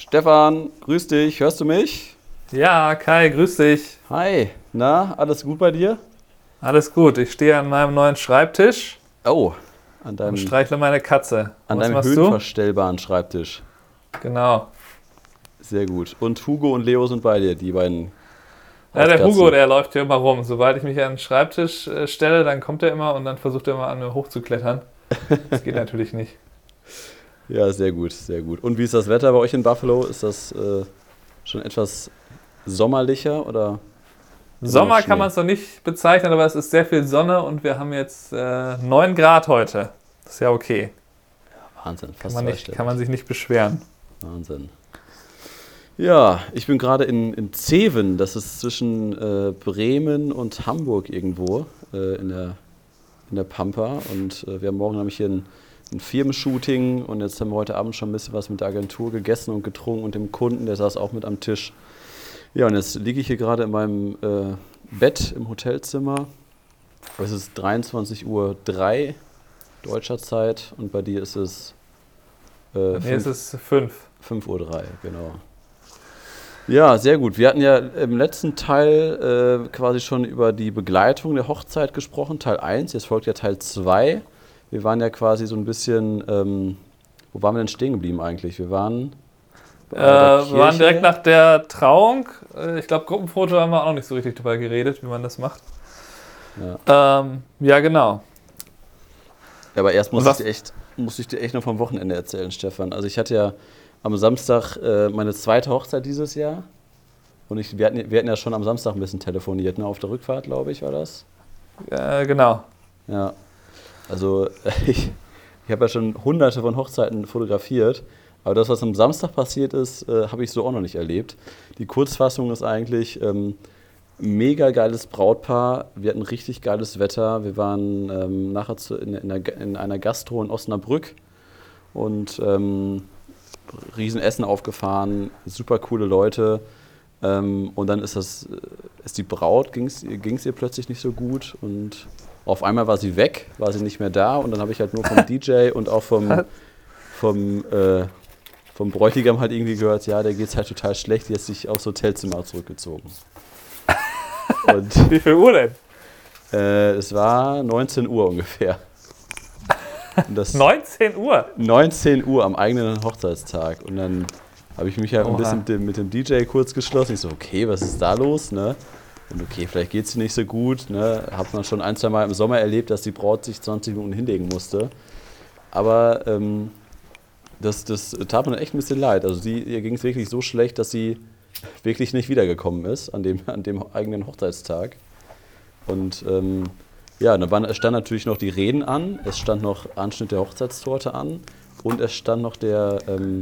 Stefan, grüß dich, hörst du mich? Ja, Kai, grüß dich. Hi, na, alles gut bei dir? Alles gut. Ich stehe an meinem neuen Schreibtisch Oh, an und deinem, streichle meine Katze. Und an was deinem machst du? höhenverstellbaren Schreibtisch. Genau. Sehr gut. Und Hugo und Leo sind bei dir, die beiden Ja, der Hugo, Hauskatzen. der läuft hier immer rum. Sobald ich mich an den Schreibtisch stelle, dann kommt er immer und dann versucht er immer an mir hochzuklettern. Das geht natürlich nicht. Ja, sehr gut, sehr gut. Und wie ist das Wetter bei euch in Buffalo? Ist das schon etwas sommerlicher oder immer noch Sommer kann Schnee? man es noch nicht bezeichnen, aber es ist sehr viel Sonne und wir haben jetzt 9 Grad heute. Das ist ja okay. Wahnsinn, Kann fast man, nicht, kann man sich nicht beschweren. Wahnsinn. Ja, ich bin gerade in Zeven, das ist zwischen Bremen und Hamburg irgendwo in der Pampa. Und wir haben morgen nämlich hier ein Firmenshooting und jetzt haben wir heute Abend schon ein bisschen was mit der Agentur gegessen und getrunken und dem Kunden, der saß auch mit am Tisch. Ja, und jetzt liege ich hier gerade in meinem Bett im Hotelzimmer. Es ist 23:03 Uhr deutscher Zeit und bei dir ist es Nee, es ist 5. 5:03 Uhr, genau. Ja, sehr gut. Wir hatten ja im letzten Teil quasi schon über die Begleitung der Hochzeit gesprochen, Teil 1. Jetzt folgt ja Teil 2. Wir waren ja quasi so ein bisschen, wo waren wir denn stehen geblieben eigentlich? Wir waren bei Wir der waren direkt Kirche. nach der Trauung. Ich glaube, Gruppenfoto haben wir auch noch nicht so richtig drüber geredet, wie man das macht. Ja, genau. Ja, aber erst Und musste ich dir echt noch vom Wochenende erzählen, Stefan. Also ich hatte ja am Samstag meine zweite Hochzeit dieses Jahr. Und wir hatten ja schon am Samstag ein bisschen telefoniert, ne? Auf der Rückfahrt, glaube ich, war das. Genau. Ja, also ich habe ja schon hunderte von Hochzeiten fotografiert, aber das, was am Samstag passiert ist, habe ich so auch noch nicht erlebt. Die Kurzfassung ist eigentlich mega geiles Brautpaar. Wir hatten richtig geiles Wetter. Wir waren nachher in einer Gastro in Osnabrück und Riesenessen aufgefahren, super coole Leute. Und dann ist die Braut, ging's ihr plötzlich nicht so gut und auf einmal war sie weg, war sie nicht mehr da und dann habe ich halt nur vom DJ und auch vom, vom Bräutigam halt irgendwie gehört, ja, der geht's halt total schlecht, die hat sich aufs Hotelzimmer zurückgezogen. Und Wie viel Uhr denn? es war 19 Uhr ungefähr. Und das 19 Uhr? 19 Uhr am eigenen Hochzeitstag. Und dann habe ich mich halt ein Oha. bisschen mit dem DJ kurz geschlossen. Ich so, okay, was ist da los? Ne? Und okay, vielleicht geht es ihr nicht so gut. Ne? Hat man schon ein, zwei Mal im Sommer erlebt, dass die Braut sich 20 Minuten hinlegen musste. Aber das tat mir echt ein bisschen leid. Also ihr ging es wirklich so schlecht, dass sie wirklich nicht wiedergekommen ist an dem eigenen Hochzeitstag. Und ja, dann stand natürlich noch die Reden an, es stand noch Anschnitt der Hochzeitstorte an und es stand noch der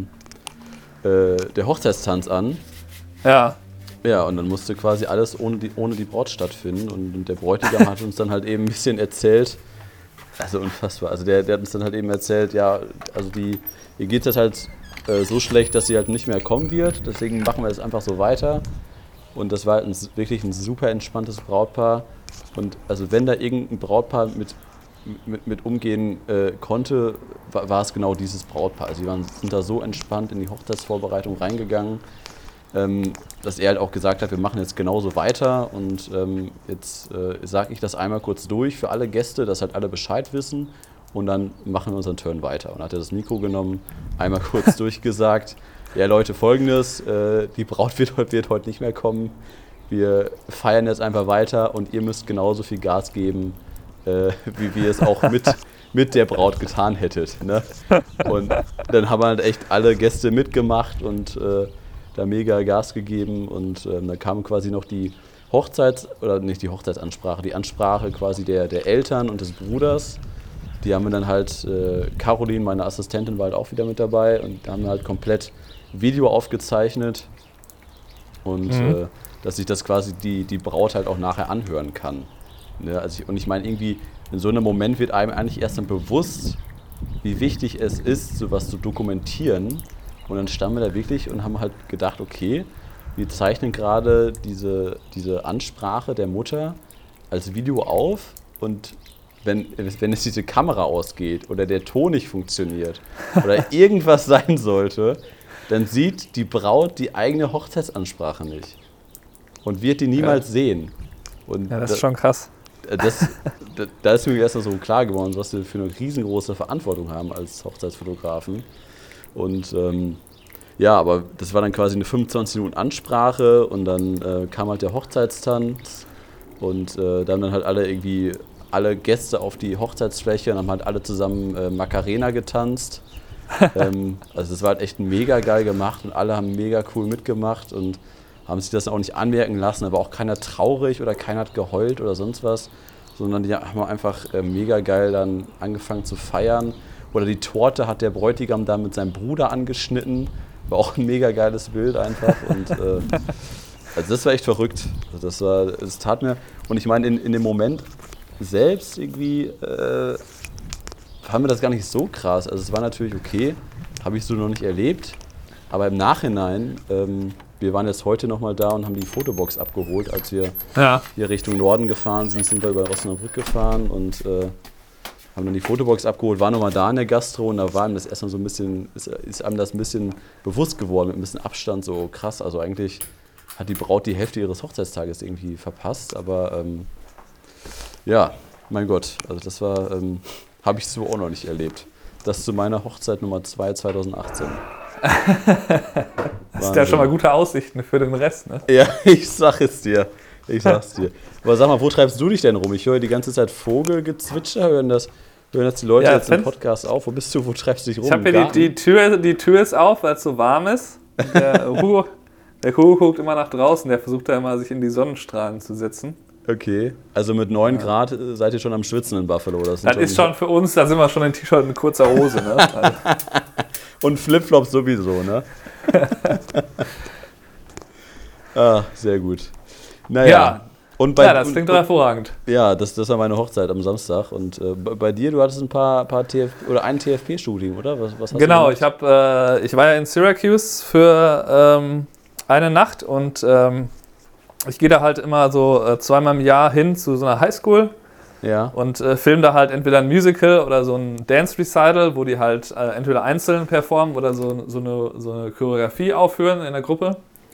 Hochzeitstanz an. Ja. Ja, und dann musste quasi alles ohne die Braut stattfinden. Und der Bräutigam hat uns dann halt eben ein bisschen erzählt, also unfassbar, also der hat uns dann halt eben erzählt, ja, also ihr geht es halt so schlecht, dass sie halt nicht mehr kommen wird, deswegen machen wir das einfach so weiter. Und das war halt wirklich ein super entspanntes Brautpaar. Und also wenn da irgendein Brautpaar mit umgehen konnte, war es genau dieses Brautpaar. Also sind da so entspannt in die Hochzeitsvorbereitung reingegangen, dass er halt auch gesagt hat, wir machen jetzt genauso weiter. Und jetzt sage ich das einmal kurz durch für alle Gäste, dass halt alle Bescheid wissen. Und dann machen wir unseren Turn weiter. Und hat er das Mikro genommen, einmal kurz durchgesagt. Ja Leute, Folgendes, die Braut wird heute nicht mehr kommen. Wir feiern jetzt einfach weiter und ihr müsst genauso viel Gas geben, wie ihr es auch mit der Braut getan hättet. Ne? Und dann haben halt echt alle Gäste mitgemacht und da mega Gas gegeben. Und da kam quasi noch die die Hochzeitsansprache, die Ansprache quasi der Eltern und des Bruders. Die haben wir dann halt, Caroline, meine Assistentin, war halt auch wieder mit dabei und da haben wir halt komplett Video aufgezeichnet und dass sich das quasi die Braut halt auch nachher anhören kann. Ne? Also ich meine, irgendwie in so einem Moment wird einem eigentlich erst dann bewusst, wie wichtig es ist, sowas zu dokumentieren. Und dann standen wir da wirklich und haben halt gedacht, okay, wir zeichnen gerade diese Ansprache der Mutter als Video auf und wenn es diese Kamera ausgeht oder der Ton nicht funktioniert oder irgendwas sein sollte, dann sieht die Braut die eigene Hochzeitsansprache nicht und wird die niemals sehen. Und Ja, das ist schon krass. Da ist mir erst mal so klar geworden, was wir für eine riesengroße Verantwortung haben als Hochzeitsfotografen. Und ja, aber das war dann quasi eine 25 Minuten Ansprache und dann kam halt der Hochzeitstanz und da haben dann halt alle Gäste auf die Hochzeitsfläche und haben halt alle zusammen Macarena getanzt. Also das war halt echt mega geil gemacht und alle haben mega cool mitgemacht und haben sich das auch nicht anmerken lassen, aber auch keiner traurig oder keiner hat geheult oder sonst was, sondern die haben einfach mega geil dann angefangen zu feiern. Oder die Torte hat der Bräutigam dann mit seinem Bruder angeschnitten. War auch ein mega geiles Bild einfach. Und, also das war echt verrückt. Also das tat mir. Und ich meine, in dem Moment selbst irgendwie fanden wir das gar nicht so krass. Also es war natürlich okay, habe ich so noch nicht erlebt. Aber im Nachhinein, wir waren jetzt heute nochmal da und haben die Fotobox abgeholt, als wir hier Richtung Norden gefahren sind wir über Osnabrück gefahren und haben dann die Fotobox abgeholt, waren nochmal da in der Gastro und da war einem das erstmal so ein bisschen, ist einem das ein bisschen bewusst geworden, mit ein bisschen Abstand, so krass. Also eigentlich hat die Braut die Hälfte ihres Hochzeitstages irgendwie verpasst, aber ja, mein Gott, also das war, habe ich so auch noch nicht erlebt. Das zu meiner Hochzeit Nummer 2 2018. Das sind ja schon mal gute Aussichten für den Rest, ne? Ja, ich sag's dir. Aber sag mal, wo treibst du dich denn rum? Ich höre die ganze Zeit Vogelgezwitscher, hören das die Leute jetzt im Podcast auf. Wo bist du, wo treibst du dich rum? Ich habe hier die Tür ist auf, weil es so warm ist. Der Hugo guckt immer nach draußen, der versucht da immer, sich in die Sonnenstrahlen zu setzen. Okay, also mit 9 Grad seid ihr schon am Schwitzen in Buffalo. Das ist schon für uns, da sind wir schon in T-Shirt und kurzer Hose, ne? Und Flipflops sowieso, ne? Sehr gut. Naja. Ja, das klingt hervorragend. Ja, das war meine Hochzeit am Samstag. Und bei dir, du hattest ein TFP-Shooting, oder? Was hast genau, du ich war ja in Syracuse für eine Nacht und ich gehe da halt immer so 2-mal im Jahr hin zu so einer Highschool. Ja. Und filme da halt entweder ein Musical oder so ein Dance-Recital, wo die halt entweder einzeln performen oder so eine Choreografie aufführen in der Gruppe.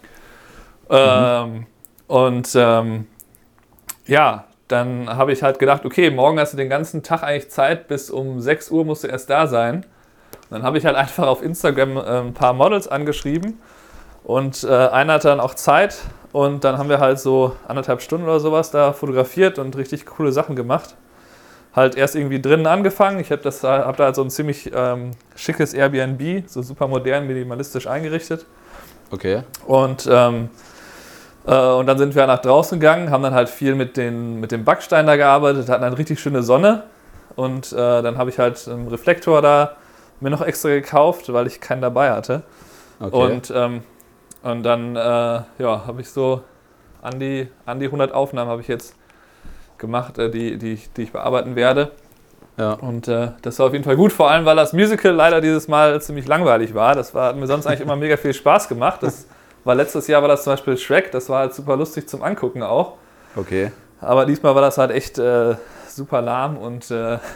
Ja, dann habe ich halt gedacht, okay, morgen hast du den ganzen Tag eigentlich Zeit, bis um 6 Uhr musst du erst da sein. Und dann habe ich halt einfach auf Instagram ein paar Models angeschrieben und einer hatte dann auch Zeit und dann haben wir halt so 1,5 Stunden oder sowas da fotografiert und richtig coole Sachen gemacht. Halt erst irgendwie drinnen angefangen, ich hab da halt so ein ziemlich schickes Airbnb, so super modern, minimalistisch eingerichtet. Okay. Und dann sind wir nach draußen gegangen, haben dann halt viel mit dem Backstein da gearbeitet, hatten eine richtig schöne Sonne und dann habe ich halt einen Reflektor da mir noch extra gekauft, weil ich keinen dabei hatte. Okay. Und dann habe ich so an die 100 Aufnahmen habe ich jetzt gemacht, die ich bearbeiten werde. Ja. Und das war auf jeden Fall gut, vor allem weil das Musical leider dieses Mal ziemlich langweilig war. Hat mir sonst eigentlich immer mega viel Spaß gemacht. Letztes Jahr war das zum Beispiel Shrek, das war halt super lustig zum Angucken auch. Okay. Aber diesmal war das halt echt super lahm und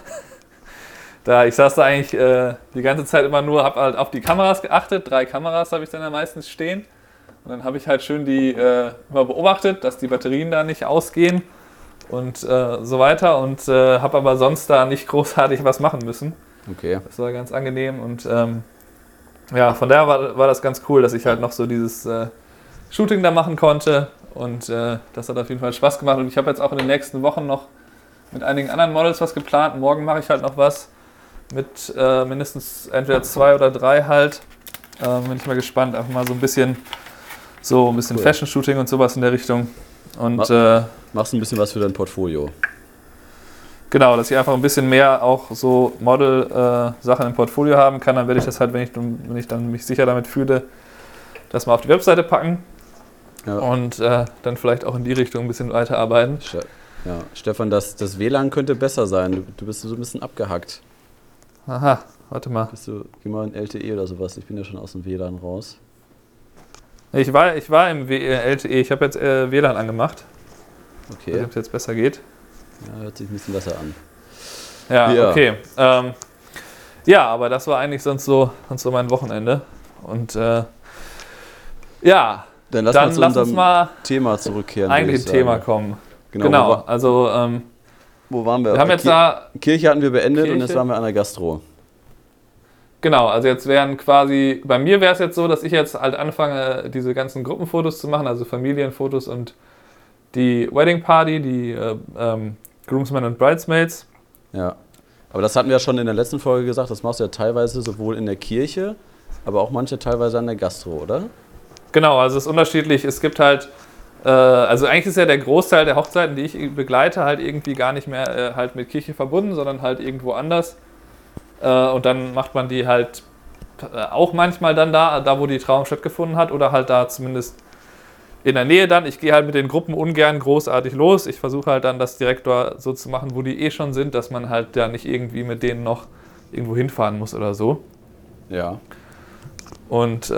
ich saß da eigentlich die ganze Zeit immer nur, habe halt auf die Kameras geachtet. 3 Kameras habe ich dann ja meistens stehen. Und dann habe ich halt schön die immer beobachtet, dass die Batterien da nicht ausgehen und so weiter. Und habe aber sonst da nicht großartig was machen müssen. Okay. Das war ganz angenehm und ja, von daher war das ganz cool, dass ich halt noch so dieses Shooting da machen konnte und das hat auf jeden Fall Spaß gemacht und ich habe jetzt auch in den nächsten Wochen noch mit einigen anderen Models was geplant. Morgen mache ich halt noch was mit mindestens entweder 2 oder 3 halt. Bin ich mal gespannt, einfach mal so ein bisschen cool. Fashion-Shooting und sowas in der Richtung. Und machst du ein bisschen was für dein Portfolio? Genau, dass ich einfach ein bisschen mehr auch so Model-Sachen im Portfolio haben kann. Dann werde ich das halt, wenn ich dann mich sicher damit fühle, das mal auf die Webseite packen. Ja. Und dann vielleicht auch in die Richtung ein bisschen weiterarbeiten. Ja, Stefan, das WLAN könnte besser sein. Du bist so ein bisschen abgehackt. Aha, warte mal. Geh mal in LTE oder sowas. Ich bin ja schon aus dem WLAN raus. Ich war im LTE. Ich habe jetzt WLAN angemacht. Okay. Ob es jetzt besser geht. Ja, hört sich ein bisschen besser an. Ja. Okay. Ja, aber das war eigentlich sonst so mein Wochenende. Und ja, Dann lass uns mal Thema zurückkehren. Eigentlich ein Thema kommen. Genau. Also wo waren wir? Wir haben jetzt da Kirche hatten wir beendet und jetzt waren wir an der Gastro. Genau, also jetzt wären quasi, bei mir wäre es jetzt so, dass ich jetzt halt anfange, diese ganzen Gruppenfotos zu machen, also Familienfotos und die Wedding Party, die Groomsmen und Bridesmaids. Ja, aber das hatten wir ja schon in der letzten Folge gesagt, das machst du ja teilweise sowohl in der Kirche, aber auch manche teilweise an der Gastro, oder? Genau, also es ist unterschiedlich. Es gibt halt, also eigentlich ist ja der Großteil der Hochzeiten, die ich begleite, halt irgendwie gar nicht mehr halt mit Kirche verbunden, sondern halt irgendwo anders. Und dann macht man die halt auch manchmal dann da wo die Trauung stattgefunden hat oder halt da zumindest in der Nähe dann. Ich gehe halt mit den Gruppen ungern großartig los. Ich versuche halt dann das direkt dort so zu machen, wo die eh schon sind, dass man halt da nicht irgendwie mit denen noch irgendwo hinfahren muss oder so. Ja. Und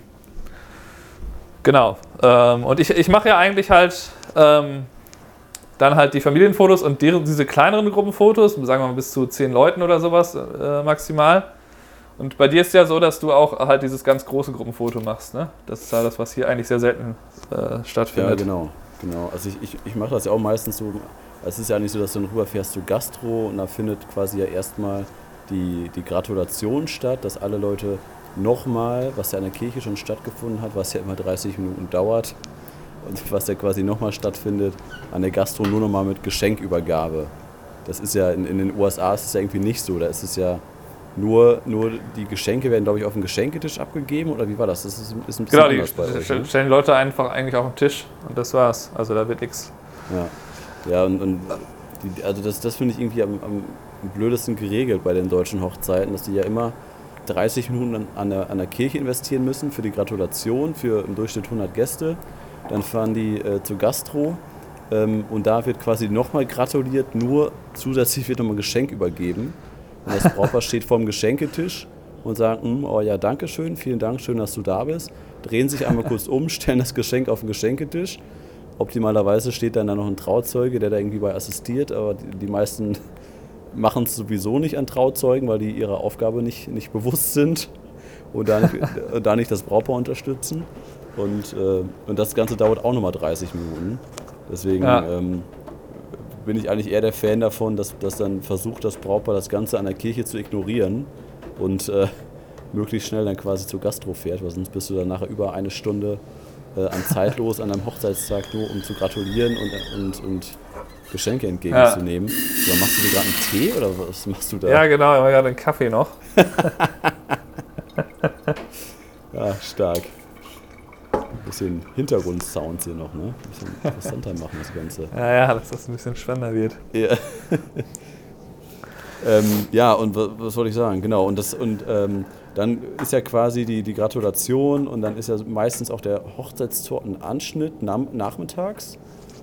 genau. Und ich mache ja eigentlich halt dann halt die Familienfotos und diese kleineren Gruppenfotos, sagen wir mal bis zu 10 Leuten oder sowas maximal. Und bei dir ist ja so, dass du auch halt dieses ganz große Gruppenfoto machst, ne? Das ist ja das, was hier eigentlich sehr selten stattfindet. Ja, genau. Also ich mache das ja auch meistens so, es ist ja nicht so, dass du dann rüberfährst zu Gastro und da findet quasi ja erstmal die Gratulation statt, dass alle Leute nochmal, was ja an der Kirche schon stattgefunden hat, was ja immer 30 Minuten dauert, und was ja quasi nochmal stattfindet, an der Gastro nur nochmal mit Geschenkübergabe. Das ist ja in den USA ist es ja irgendwie nicht so. Da ist es ja nur die Geschenke werden, glaube ich, auf den Geschenketisch abgegeben, oder wie war das? Das ist ein bisschen anders bei euch. Genau, die stellen die Leute einfach eigentlich auf den Tisch und das war's. Also da wird nichts. Ja, also das finde ich irgendwie am blödesten geregelt bei den deutschen Hochzeiten, dass die ja immer 30 Minuten an der Kirche investieren müssen für die Gratulation, für im Durchschnitt 100 Gäste. Dann fahren die zur Gastro und da wird quasi nochmal gratuliert, nur zusätzlich wird nochmal ein Geschenk übergeben. Und das Brautpaar steht vor dem Geschenketisch und sagt, oh ja, danke schön, vielen Dank, schön, dass du da bist. Drehen sich einmal kurz um, stellen das Geschenk auf den Geschenketisch. Optimalerweise steht dann da noch ein Trauzeuge, der da irgendwie bei assistiert, aber die meisten machen es sowieso nicht an Trauzeugen, weil die ihrer Aufgabe nicht bewusst sind und da nicht das Brautpaar unterstützen. Und das Ganze dauert auch nochmal 30 Minuten. Deswegen bin ich eigentlich eher der Fan davon, dass dann versucht, das Brautpaar das Ganze an der Kirche zu ignorieren und möglichst schnell dann quasi zur Gastro fährt, weil sonst bist du dann nachher über eine Stunde an Zeit los an einem Hochzeitstag, nur um zu gratulieren und Geschenke entgegenzunehmen. Ja. Machst du dir gerade einen Tee oder was machst du da? Ja, genau, ich mache gerade einen Kaffee noch. Ja, stark. Ein bisschen Hintergrundsounds hier noch, ne? Ein bisschen interessanter machen das Ganze. Ja, dass das ein bisschen spannender wird. Ja. Ja, und was wollte ich sagen? Genau, und dann ist ja quasi die Gratulation und dann ist ja meistens auch der Hochzeitstortenanschnitt nachmittags.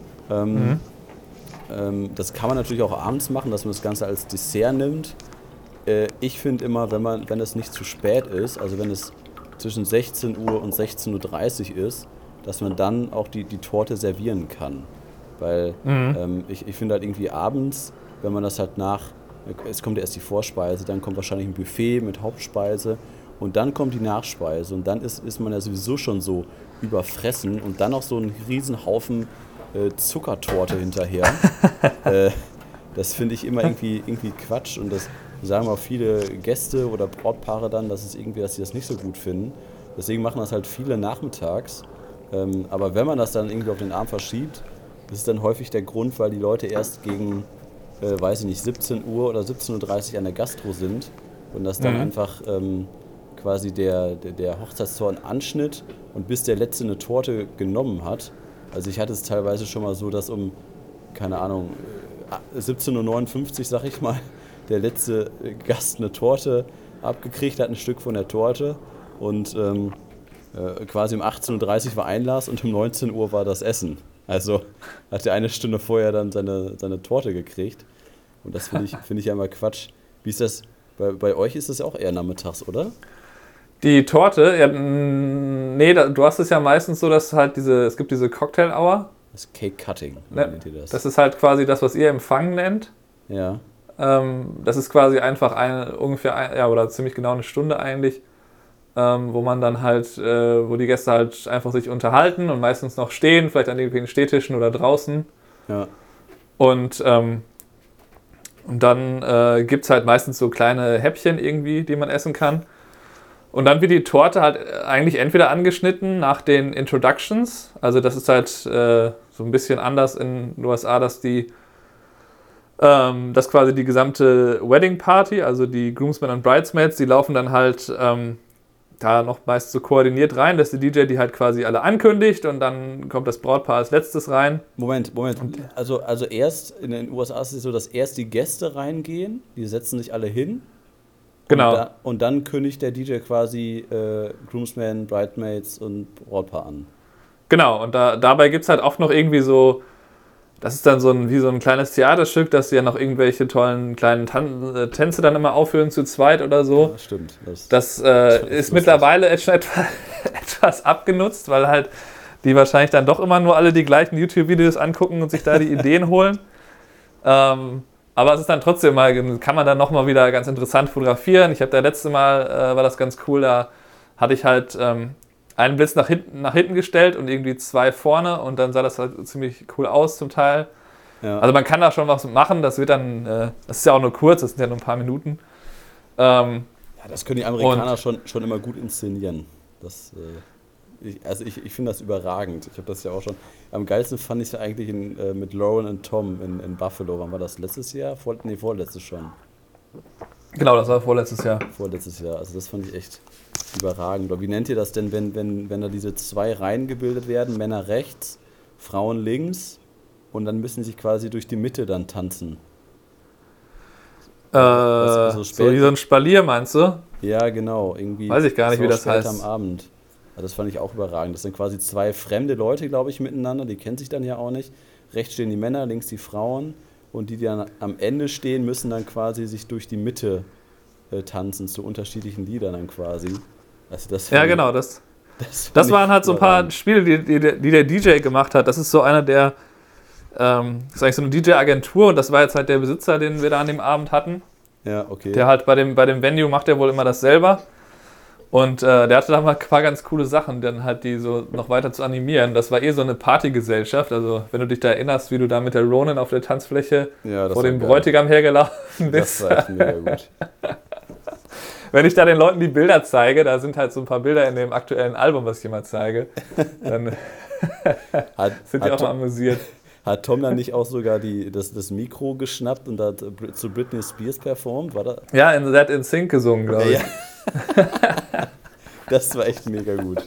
Das kann man natürlich auch abends machen, dass man das Ganze als Dessert nimmt. Ich finde immer, wenn es nicht zu spät ist, also wenn es zwischen 16 Uhr und 16.30 Uhr ist, dass man dann auch die Torte servieren kann. Weil ich finde halt irgendwie abends, wenn man das halt es kommt erst die Vorspeise, dann kommt wahrscheinlich ein Buffet mit Hauptspeise und dann kommt die Nachspeise und dann ist man ja sowieso schon so überfressen und dann noch so ein riesen Haufen Zuckertorte hinterher. Das finde ich immer irgendwie Quatsch und das sagen auch viele Gäste oder Brautpaare dann, dass sie das nicht so gut finden. Deswegen machen das halt viele nachmittags. Aber wenn man das dann irgendwie auf den Abend verschiebt, ist es dann häufig der Grund, weil die Leute erst gegen, 17 Uhr oder 17.30 Uhr an der Gastro sind und das dann einfach quasi der Hochzeitstortenanschnitt und bis der Letzte eine Torte genommen hat. Also ich hatte es teilweise schon mal so, dass um, keine Ahnung, 17.59 Uhr, sag ich mal, der letzte Gast eine Torte abgekriegt hat, ein Stück von der Torte und quasi um 18.30 Uhr war Einlass und um 19 Uhr war das Essen. Also hat er eine Stunde vorher dann seine Torte gekriegt und das finde ich ja immer Quatsch. Wie ist das, bei euch ist das ja auch eher nachmittags, oder? Die Torte, ja, nee, du hast es ja meistens so, dass halt es gibt diese Cocktail-Hour. Das Cake Cutting, nennt ihr das? Das ist halt quasi das, was ihr Empfang nennt. Ja. Das ist quasi einfach ungefähr oder ziemlich genau eine Stunde eigentlich, wo man dann halt, wo die Gäste halt einfach sich unterhalten und meistens noch stehen, vielleicht an irgendwelchen Stehtischen oder draußen. Ja. Und dann gibt es halt meistens so kleine Häppchen irgendwie, die man essen kann. Und dann wird die Torte halt eigentlich entweder angeschnitten nach den Introductions, also das ist halt so ein bisschen anders in den USA, dass quasi die gesamte Wedding Party, also die Groomsmen und Bridesmaids, die laufen dann halt da noch meist so koordiniert rein, dass der DJ die halt quasi alle ankündigt und dann kommt das Brautpaar als letztes rein. Moment. Also erst in den USA ist es so, dass erst die Gäste reingehen, die setzen sich alle hin. Genau. Und dann kündigt der DJ quasi Groomsmen, Bridesmaids und Brautpaar an. Genau, und dabei gibt es halt oft noch irgendwie so, das ist dann wie so ein kleines Theaterstück, dass sie ja noch irgendwelche tollen kleinen Tänze dann immer aufführen zu zweit oder so. Ja, stimmt. Das ist mittlerweile schon etwas abgenutzt, weil halt die wahrscheinlich dann doch immer nur alle die gleichen YouTube-Videos angucken und sich da die Ideen holen. Aber es ist dann trotzdem kann man dann nochmal wieder ganz interessant fotografieren. Ich habe das letzte Mal, war das ganz cool, da hatte ich halt einen Blitz nach hinten gestellt und irgendwie 2 vorne und dann sah das halt ziemlich cool aus zum Teil. Ja. Also man kann da schon was machen, das wird dann, das ist ja auch nur kurz, das sind ja nur ein paar Minuten. Ja, das können die Amerikaner schon immer gut inszenieren. Ich finde das überragend. Ich habe das ja auch schon. Am geilsten fand ich es ja eigentlich mit Lauren und Tom in Buffalo. Wann war das? Letztes Jahr? Vorletztes schon. Genau, das war vorletztes Jahr. Vorletztes Jahr. Also das fand ich echt überragend. Oder wie nennt ihr das denn, wenn da diese 2 Reihen gebildet werden? Männer rechts, Frauen links und dann müssen sie sich quasi durch die Mitte dann tanzen. So wie so ein Spalier, meinst du? Ja, genau. Irgendwie weiß ich gar nicht, wie das heißt. Am Abend. Also das fand ich auch überragend. Das sind quasi 2 fremde Leute, glaube ich, miteinander. Die kennen sich dann ja auch nicht. Rechts stehen die Männer, links die Frauen. Und die dann am Ende stehen, müssen dann quasi sich durch die Mitte tanzen, zu unterschiedlichen Liedern dann quasi. Also das genau. Das waren halt so ein paar Spiele, die der DJ gemacht hat. Das ist so einer der, das ist eigentlich so eine DJ-Agentur und das war jetzt halt der Besitzer, den wir da an dem Abend hatten. Ja, okay. Der halt bei dem Venue macht der wohl immer das selber. Und der hatte da mal ein paar ganz coole Sachen, dann halt die so noch weiter zu animieren. Das war so eine Partygesellschaft. Also wenn du dich da erinnerst, wie du da mit der Ronin auf der Tanzfläche vor dem Bräutigam hergelaufen bist. Das war echt mega gut. Wenn ich da den Leuten die Bilder zeige, da sind halt so ein paar Bilder in dem aktuellen Album, was ich immer zeige, dann sind die auch mal amüsiert. Hat Tom dann nicht auch sogar das Mikro geschnappt und da zu Britney Spears performt? War das? Ja, der hat in Sync gesungen, glaube ich. Ja. Das war echt mega gut.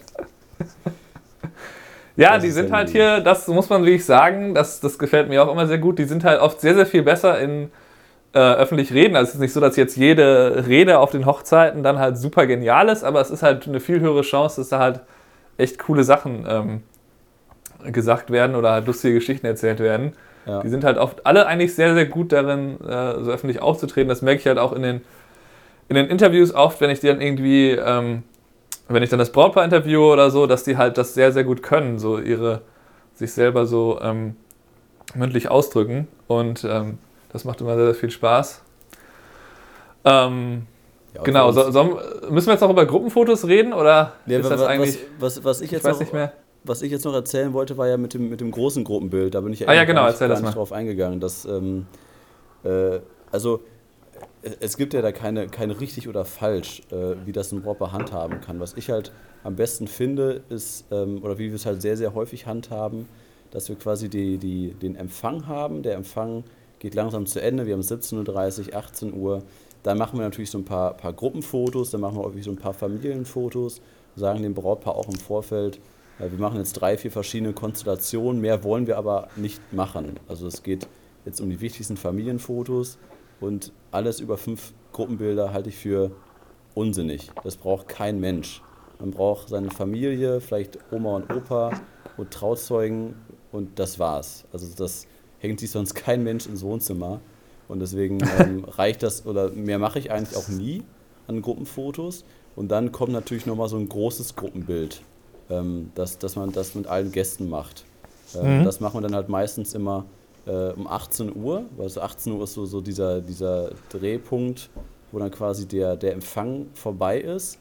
Ja, die sind halt hier, das muss man wirklich sagen, das gefällt mir auch immer sehr gut, die sind halt oft sehr, sehr viel besser in öffentlich reden. Also es ist nicht so, dass jetzt jede Rede auf den Hochzeiten dann halt super genial ist, aber es ist halt eine viel höhere Chance, dass da halt echt coole Sachen gesagt werden oder halt lustige Geschichten erzählt werden. Ja. Die sind halt oft alle eigentlich sehr, sehr gut darin, so öffentlich aufzutreten. Das merke ich halt auch in den Interviews oft, wenn ich dann irgendwie, wenn ich dann das Brautpaar interviewe oder so, dass die halt das sehr, sehr gut können, so sich selber so mündlich ausdrücken und das macht immer sehr, sehr viel Spaß. Genau, müssen wir jetzt noch über Gruppenfotos reden oder ist das eigentlich... Was ich jetzt noch erzählen wollte, war ja mit dem großen Gruppenbild. Da bin ich ja gar nicht drauf eingegangen. Dass, also es gibt ja da keine richtig oder falsch, wie das ein Brautpaar handhaben kann. Was ich halt am besten finde, ist, oder wie wir es halt sehr, sehr häufig handhaben, dass wir quasi den Empfang haben. Der Empfang geht langsam zu Ende. Wir haben 17:30 Uhr, 18 Uhr. Dann machen wir natürlich so ein paar Gruppenfotos, dann machen wir häufig so ein paar Familienfotos, sagen dem Brautpaar auch im Vorfeld, wir machen jetzt 3, 4 verschiedene Konstellationen, mehr wollen wir aber nicht machen. Also es geht jetzt um die wichtigsten Familienfotos und alles über 5 Gruppenbilder halte ich für unsinnig. Das braucht kein Mensch. Man braucht seine Familie, vielleicht Oma und Opa und Trauzeugen und das war's. Also das hängt sich sonst kein Mensch ins Wohnzimmer und deswegen reicht das, oder mehr mache ich eigentlich auch nie an Gruppenfotos und dann kommt natürlich nochmal so ein großes Gruppenbild, dass man das mit allen Gästen macht. Das machen wir dann halt meistens immer um 18 Uhr, weil so 18 Uhr ist so dieser Drehpunkt, wo dann quasi der Empfang vorbei ist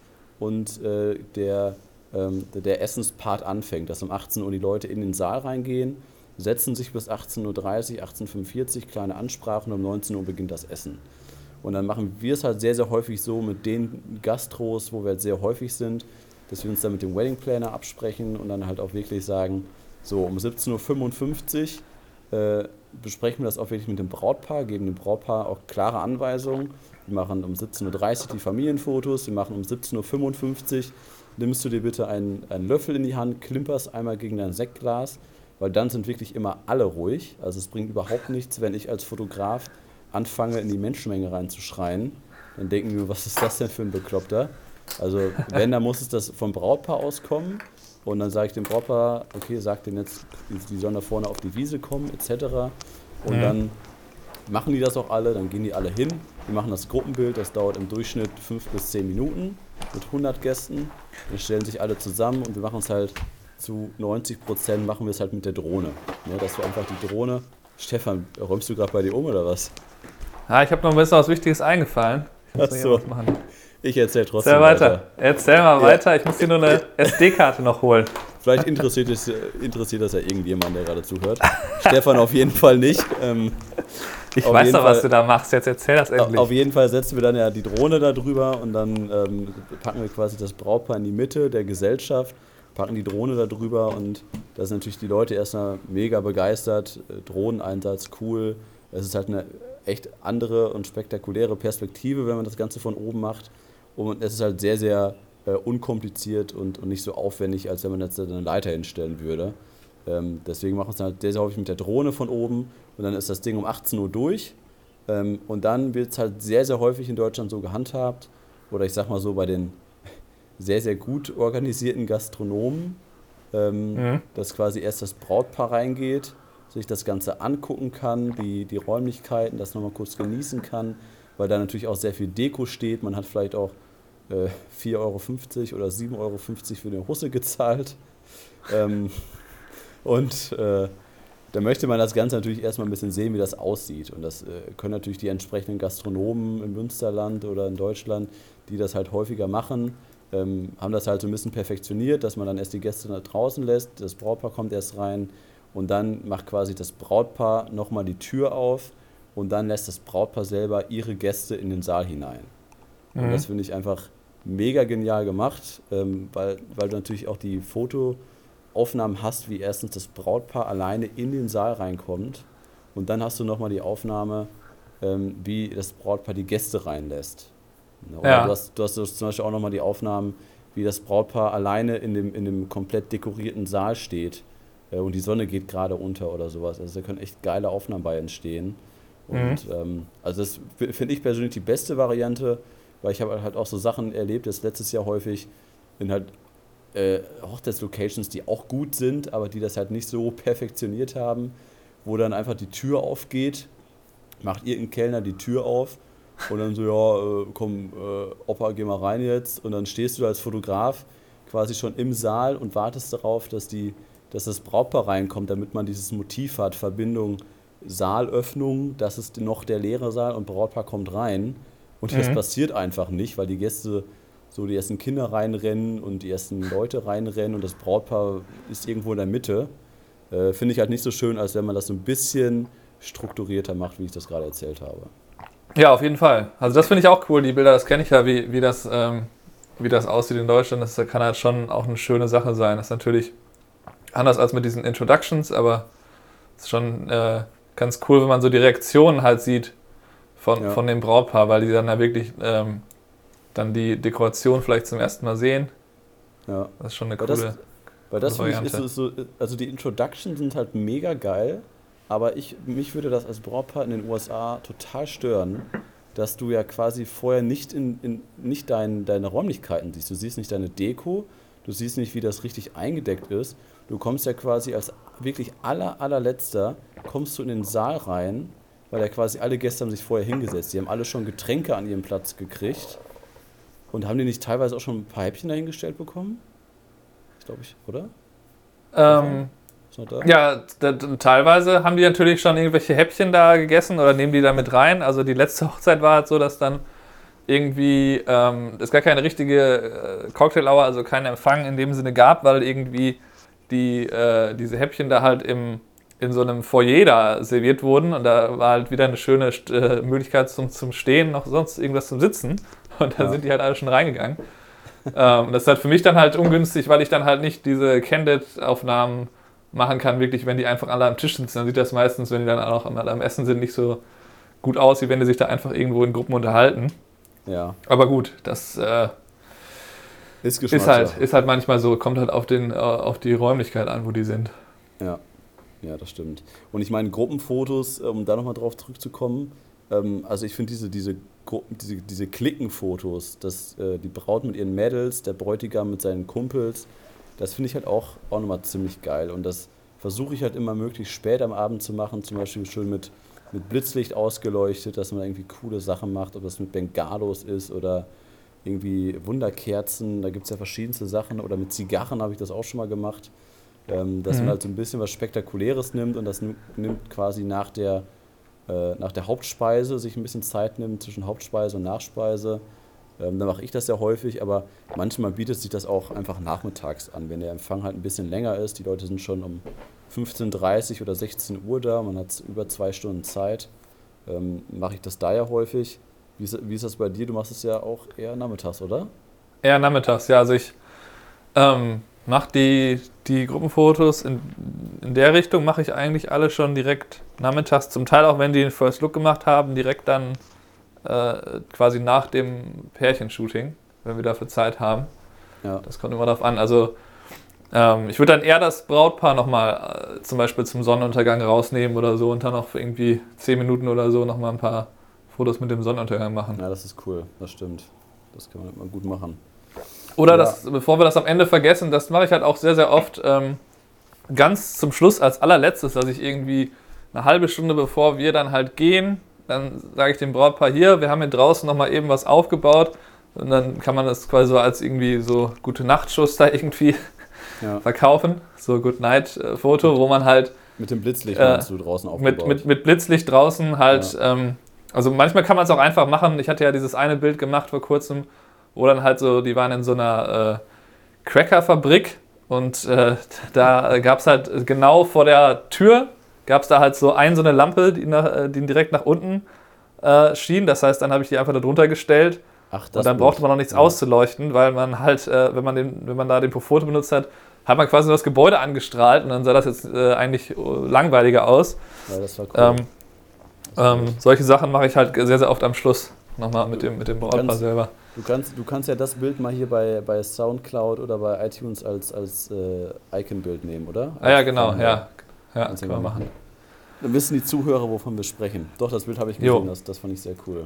und der Essenspart anfängt, dass um 18 Uhr die Leute in den Saal reingehen, setzen sich bis 18:30 Uhr, 18:45 Uhr, kleine Ansprachen, um 19 Uhr beginnt das Essen. Und dann machen wir es halt sehr, sehr häufig so mit den Gastros, wo wir halt sehr häufig sind, dass wir uns dann mit dem Wedding Planner absprechen und dann halt auch wirklich sagen, so um 17:55 Uhr besprechen wir das auch wirklich mit dem Brautpaar, geben dem Brautpaar auch klare Anweisungen. Wir machen um 17:30 Uhr die Familienfotos, wir machen um 17:55 Uhr, nimmst du dir bitte einen Löffel in die Hand, klimperst einmal gegen dein Sektglas, weil dann sind wirklich immer alle ruhig. Also es bringt überhaupt nichts, wenn ich als Fotograf anfange, in die Menschenmenge reinzuschreien. Dann denken wir, was ist das denn für ein Bekloppter? Also wenn, dann muss es das vom Brautpaar auskommen. Und dann sage ich dem Brautpaar, okay, sag denen jetzt, die sollen da vorne auf die Wiese kommen, etc. Und dann machen die das auch alle, dann gehen die alle hin. Wir machen das Gruppenbild, das dauert im Durchschnitt 5 bis 10 Minuten mit 100 Gästen. Dann stellen sich alle zusammen und wir machen es halt zu 90% machen wir es halt mit der Drohne. Ja, dass wir einfach die Drohne... Stefan, räumst du gerade bei dir um oder was? Ja, ich habe noch ein bisschen was Wichtiges eingefallen. Ich muss Achso, was machen. ich erzähl trotzdem Erzähl mal weiter. Ich muss dir nur eine SD-Karte noch holen. Vielleicht interessiert das ja irgendjemand, der gerade zuhört. Stefan auf jeden Fall nicht. Ich weiß doch, was du da machst. Jetzt erzähl das endlich. Auf jeden Fall setzen wir dann ja die Drohne da drüber und dann packen wir quasi das Brautpaar in die Mitte der Gesellschaft, packen die Drohne da drüber und da sind natürlich die Leute erstmal mega begeistert. Drohneneinsatz, cool. Es ist halt eine echt andere und spektakuläre Perspektive, wenn man das Ganze von oben macht. Und es ist halt sehr, sehr unkompliziert und nicht so aufwendig, als wenn man jetzt eine Leiter hinstellen würde. Deswegen machen wir es halt sehr, sehr häufig mit der Drohne von oben und dann ist das Ding um 18 Uhr durch. Und dann wird es halt sehr, sehr häufig in Deutschland so gehandhabt, oder ich sag mal so bei den sehr, sehr gut organisierten Gastronomen, dass quasi erst das Brautpaar reingeht, sich das Ganze angucken kann, die Räumlichkeiten, das nochmal kurz genießen kann, weil da natürlich auch sehr viel Deko steht. Man hat vielleicht auch 4,50 € oder 7,50 € für eine Husse gezahlt. Da möchte man das Ganze natürlich erstmal ein bisschen sehen, wie das aussieht. Und das können natürlich die entsprechenden Gastronomen im Münsterland oder in Deutschland, die das halt häufiger machen, haben das halt so ein bisschen perfektioniert, dass man dann erst die Gäste da draußen lässt, das Brautpaar kommt erst rein und dann macht quasi das Brautpaar nochmal die Tür auf und dann lässt das Brautpaar selber ihre Gäste in den Saal hinein. Und das finde ich einfach mega genial gemacht, weil du natürlich auch die Fotoaufnahmen hast, wie erstens das Brautpaar alleine in den Saal reinkommt und dann hast du nochmal die Aufnahme, wie das Brautpaar die Gäste reinlässt. Oder Ja. du hast zum Beispiel auch nochmal die Aufnahmen, wie das Brautpaar alleine in dem komplett dekorierten Saal steht und die Sonne geht gerade unter oder sowas. Also da können echt geile Aufnahmen bei entstehen. Und also das finde ich persönlich die beste Variante, weil ich habe halt auch so Sachen erlebt, das letztes Jahr häufig in halt Hochzeitslocations, die auch gut sind, aber die das halt nicht so perfektioniert haben, wo dann einfach die Tür aufgeht, macht irgendein Kellner die Tür auf und dann so, ja, komm, Opa, geh mal rein jetzt. Und dann stehst du als Fotograf quasi schon im Saal und wartest darauf, dass das Brautpaar reinkommt, damit man dieses Motiv hat, Verbindung Saalöffnung, das ist noch der leere Saal und Brautpaar kommt rein. Und das passiert einfach nicht, weil die Gäste so die ersten Kinder reinrennen und die ersten Leute reinrennen und das Brautpaar ist irgendwo in der Mitte. Finde ich halt nicht so schön, als wenn man das so ein bisschen strukturierter macht, wie ich das gerade erzählt habe. Ja, auf jeden Fall. Also das finde ich auch cool, die Bilder, das kenne ich ja, wie das aussieht in Deutschland. Das kann halt schon auch eine schöne Sache sein. Das ist natürlich anders als mit diesen Introductions, aber es ist schon ganz cool, wenn man so die Reaktionen halt sieht von dem Brautpaar, weil die dann ja wirklich dann die Dekoration vielleicht zum ersten Mal sehen. Ja. Das ist schon eine coole Weil das für mich Variante. ist so, also die Introductions sind halt mega geil, aber mich würde das als Brautpaar in den USA total stören, dass du ja quasi vorher nicht deine Räumlichkeiten siehst. Du siehst nicht deine Deko, du siehst nicht, wie das richtig eingedeckt ist. Du kommst ja quasi als wirklich allerletzter, kommst du in den Saal rein, weil ja quasi alle Gäste haben sich vorher hingesetzt. Die haben alle schon Getränke an ihrem Platz gekriegt. Und haben die nicht teilweise auch schon ein paar Häppchen dahingestellt bekommen? Ich glaube, oder? Ist noch da? Ja, teilweise haben die natürlich schon irgendwelche Häppchen da gegessen oder nehmen die da mit rein. Also die letzte Hochzeit war halt so, dass dann irgendwie es gar keine richtige Cocktail-Hour, also keinen Empfang in dem Sinne gab, weil irgendwie diese Häppchen da halt in so einem Foyer da serviert wurden und da war halt wieder eine schöne Möglichkeit zum Stehen, noch sonst irgendwas zum Sitzen und da sind die halt alle schon reingegangen. Das ist halt für mich dann halt ungünstig, weil ich dann halt nicht diese Candid-Aufnahmen machen kann, wirklich, wenn die einfach alle am Tisch sitzen. Dann sieht das meistens, wenn die dann auch am Essen sind, nicht so gut aus, wie wenn die sich da einfach irgendwo in Gruppen unterhalten. Ja. Aber gut, das ist halt manchmal so, kommt halt auf die Räumlichkeit an, wo die sind. Ja. Ja, das stimmt. Und ich meine, Gruppenfotos, um da nochmal drauf zurückzukommen, also ich finde diese Klickenfotos, die Braut mit ihren Mädels, der Bräutigam mit seinen Kumpels, das finde ich halt auch nochmal ziemlich geil. Und das versuche ich halt immer möglichst spät am Abend zu machen, zum Beispiel schön mit Blitzlicht ausgeleuchtet, dass man da irgendwie coole Sachen macht, ob das mit Bengalos ist oder irgendwie Wunderkerzen, da gibt es ja verschiedenste Sachen, oder mit Zigarren habe ich das auch schon mal gemacht, dass man halt so ein bisschen was Spektakuläres nimmt und das nimmt quasi nach der Hauptspeise, sich ein bisschen Zeit nimmt zwischen Hauptspeise und Nachspeise. Dann mache ich das ja häufig, aber manchmal bietet sich das auch einfach nachmittags an, wenn der Empfang halt ein bisschen länger ist. Die Leute sind schon um 15:30 oder 16 Uhr da, man hat über 2 Stunden Zeit. Mache ich das da ja häufig. Wie ist das bei dir? Du machst es ja auch eher nachmittags, oder? Eher nachmittags, ja. Also ich mache die Gruppenfotos in der Richtung, mache ich eigentlich alle schon direkt nachmittags. Zum Teil auch, wenn die den First Look gemacht haben, direkt dann quasi nach dem Pärchenshooting, wenn wir dafür Zeit haben. Ja. Das kommt immer darauf an. Also ich würde dann eher das Brautpaar nochmal zum Beispiel zum Sonnenuntergang rausnehmen oder so und dann noch für irgendwie 10 Minuten oder so nochmal ein paar Fotos mit dem Sonnenuntergang machen. Ja, das ist cool, das stimmt. Das kann man immer gut machen. Oder Ja. bevor wir das am Ende vergessen, das mache ich halt auch sehr, sehr oft ganz zum Schluss als allerletztes, dass ich irgendwie eine halbe Stunde bevor wir dann halt gehen, dann sage ich dem Brautpaar hier, wir haben hier draußen nochmal eben was aufgebaut und dann kann man das quasi so als irgendwie so Gute-Nacht-Schuss da irgendwie verkaufen, so Good-Night-Foto, wo man halt mit dem Blitzlicht meinst du draußen aufgebaut. Mit Blitzlicht draußen halt, also manchmal kann man es auch einfach machen. Ich hatte ja dieses eine Bild gemacht vor kurzem, wo dann halt so, die waren in so einer Cracker-Fabrik und da gab es halt genau vor der Tür, gab es da halt so eine Lampe, die direkt nach unten schien. Das heißt, dann habe ich die einfach da drunter gestellt. Und dann brauchte man noch nichts auszuleuchten, weil man halt, wenn man da den Foto benutzt hat, hat man quasi nur das Gebäude angestrahlt und dann sah das jetzt eigentlich langweiliger aus. Ja, das war cool. Solche Sachen mache ich halt sehr, sehr oft am Schluss nochmal mit dem Brautpaar selber. Du kannst ja das Bild mal hier bei Soundcloud oder bei iTunes als Icon-Bild nehmen, oder? Ja, genau, ja. Ja, das können wir machen. Dann wissen die Zuhörer, wovon wir sprechen. Doch, das Bild habe ich gesehen, das fand ich sehr cool.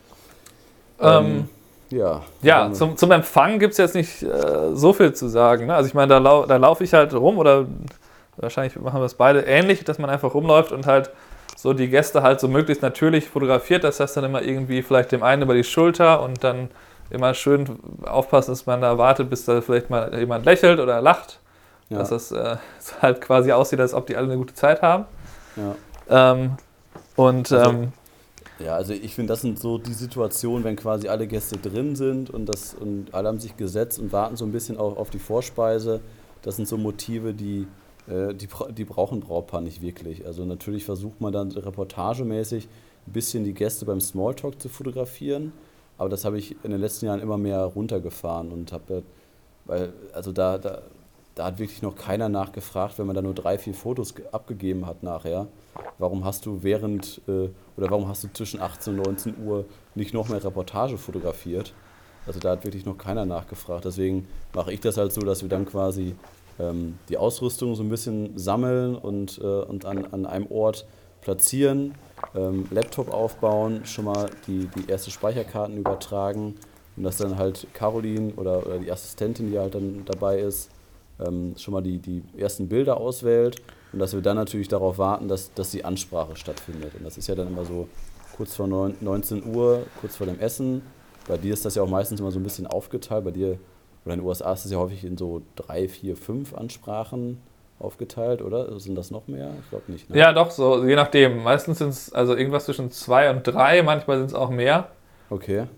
Ja, zum Empfang gibt es jetzt nicht so viel zu sagen. Ne? Also ich meine, da laufe ich halt rum oder wahrscheinlich machen wir es beide ähnlich, dass man einfach rumläuft und halt so die Gäste halt so möglichst natürlich fotografiert. Das heißt dann immer irgendwie vielleicht dem einen über die Schulter und dann immer schön aufpassen, dass man da wartet, bis da vielleicht mal jemand lächelt oder lacht. Ja. Dass das halt quasi aussieht, als ob die alle eine gute Zeit haben. Ja. Also ich finde, das sind so die Situationen, wenn quasi alle Gäste drin sind und alle haben sich gesetzt und warten so ein bisschen auch auf die Vorspeise. Das sind so Motive, die brauchen Brautpaar nicht wirklich. Also natürlich versucht man dann reportagemäßig ein bisschen die Gäste beim Smalltalk zu fotografieren, aber das habe ich in den letzten Jahren immer mehr runtergefahren und da hat wirklich noch keiner nachgefragt, wenn man da nur 3, 4 Fotos abgegeben hat nachher. Warum hast du zwischen 18 und 19 Uhr nicht noch mehr Reportage fotografiert? Also da hat wirklich noch keiner nachgefragt. Deswegen mache ich das halt so, dass wir dann quasi die Ausrüstung so ein bisschen sammeln und an einem Ort platzieren, Laptop aufbauen, schon mal die erste Speicherkarten übertragen und dass dann halt Caroline oder die Assistentin, die halt dann dabei ist, schon mal die ersten Bilder auswählt und dass wir dann natürlich darauf warten, dass die Ansprache stattfindet. Und das ist ja dann immer so kurz vor 19 Uhr, kurz vor dem Essen. Bei dir ist das ja auch meistens immer so ein bisschen aufgeteilt. Bei dir oder in den USA ist es ja häufig in so 3, 4, 5 Ansprachen aufgeteilt, oder? Sind das noch mehr? Ich glaube nicht. Ne? Ja, doch, so je nachdem. Meistens sind es also irgendwas zwischen 2 und 3, manchmal sind es auch mehr. Okay.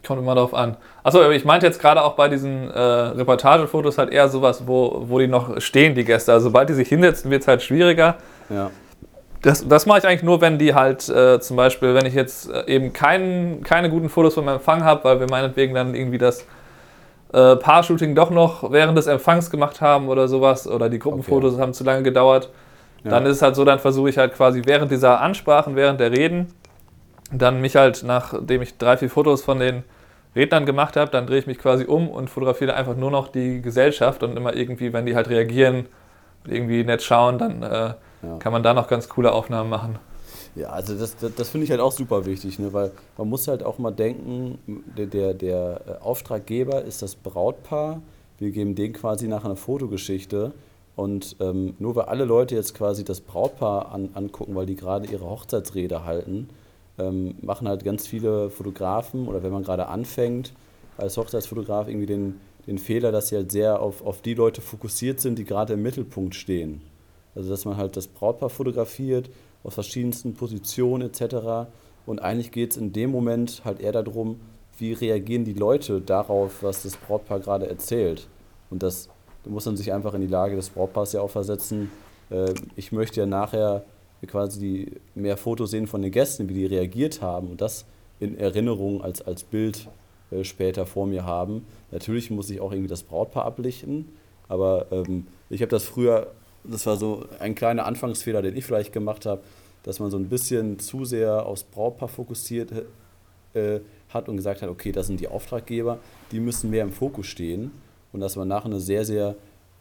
Kommt immer darauf an. Achso, ich meinte jetzt gerade auch bei diesen Reportagefotos halt eher sowas, wo die noch stehen, die Gäste. Also sobald die sich hinsetzen, wird es halt schwieriger. Ja. Das mache ich eigentlich nur, wenn die halt zum Beispiel, wenn ich jetzt eben keine guten Fotos vom Empfang habe, weil wir meinetwegen dann irgendwie das Paar-Shooting doch noch während des Empfangs gemacht haben oder sowas, oder die Gruppenfotos haben zu lange gedauert, dann ist es halt so, dann versuche ich halt quasi während dieser Ansprachen, während der Reden, dann mich halt, nachdem ich 3, 4 Fotos von den Rednern gemacht habe, dann drehe ich mich quasi um und fotografiere einfach nur noch die Gesellschaft und immer irgendwie, wenn die halt reagieren und irgendwie nett schauen, dann kann man da noch ganz coole Aufnahmen machen. Ja, also das finde ich halt auch super wichtig, ne? Weil man muss halt auch mal denken, der Auftraggeber ist das Brautpaar, wir geben denen quasi nachher eine Fotogeschichte und nur weil alle Leute jetzt quasi das Brautpaar angucken, weil die gerade ihre Hochzeitsrede halten, machen halt ganz viele Fotografen oder wenn man gerade anfängt als Hochzeitsfotograf irgendwie den Fehler, dass sie halt sehr auf die Leute fokussiert sind, die gerade im Mittelpunkt stehen. Also dass man halt das Brautpaar fotografiert aus verschiedensten Positionen etc. Und eigentlich geht es in dem Moment halt eher darum, wie reagieren die Leute darauf, was das Brautpaar gerade erzählt. Und da muss man sich einfach in die Lage des Brautpaars ja auch versetzen. Ich möchte ja nachher quasi mehr Fotos sehen von den Gästen, wie die reagiert haben und das in Erinnerung als Bild später vor mir haben. Natürlich muss ich auch irgendwie das Brautpaar ablichten, aber ich habe das früher, das war so ein kleiner Anfangsfehler, den ich vielleicht gemacht habe, dass man so ein bisschen zu sehr aufs Brautpaar fokussiert hat und gesagt hat, okay, das sind die Auftraggeber, die müssen mehr im Fokus stehen und dass man nachher eine sehr, sehr,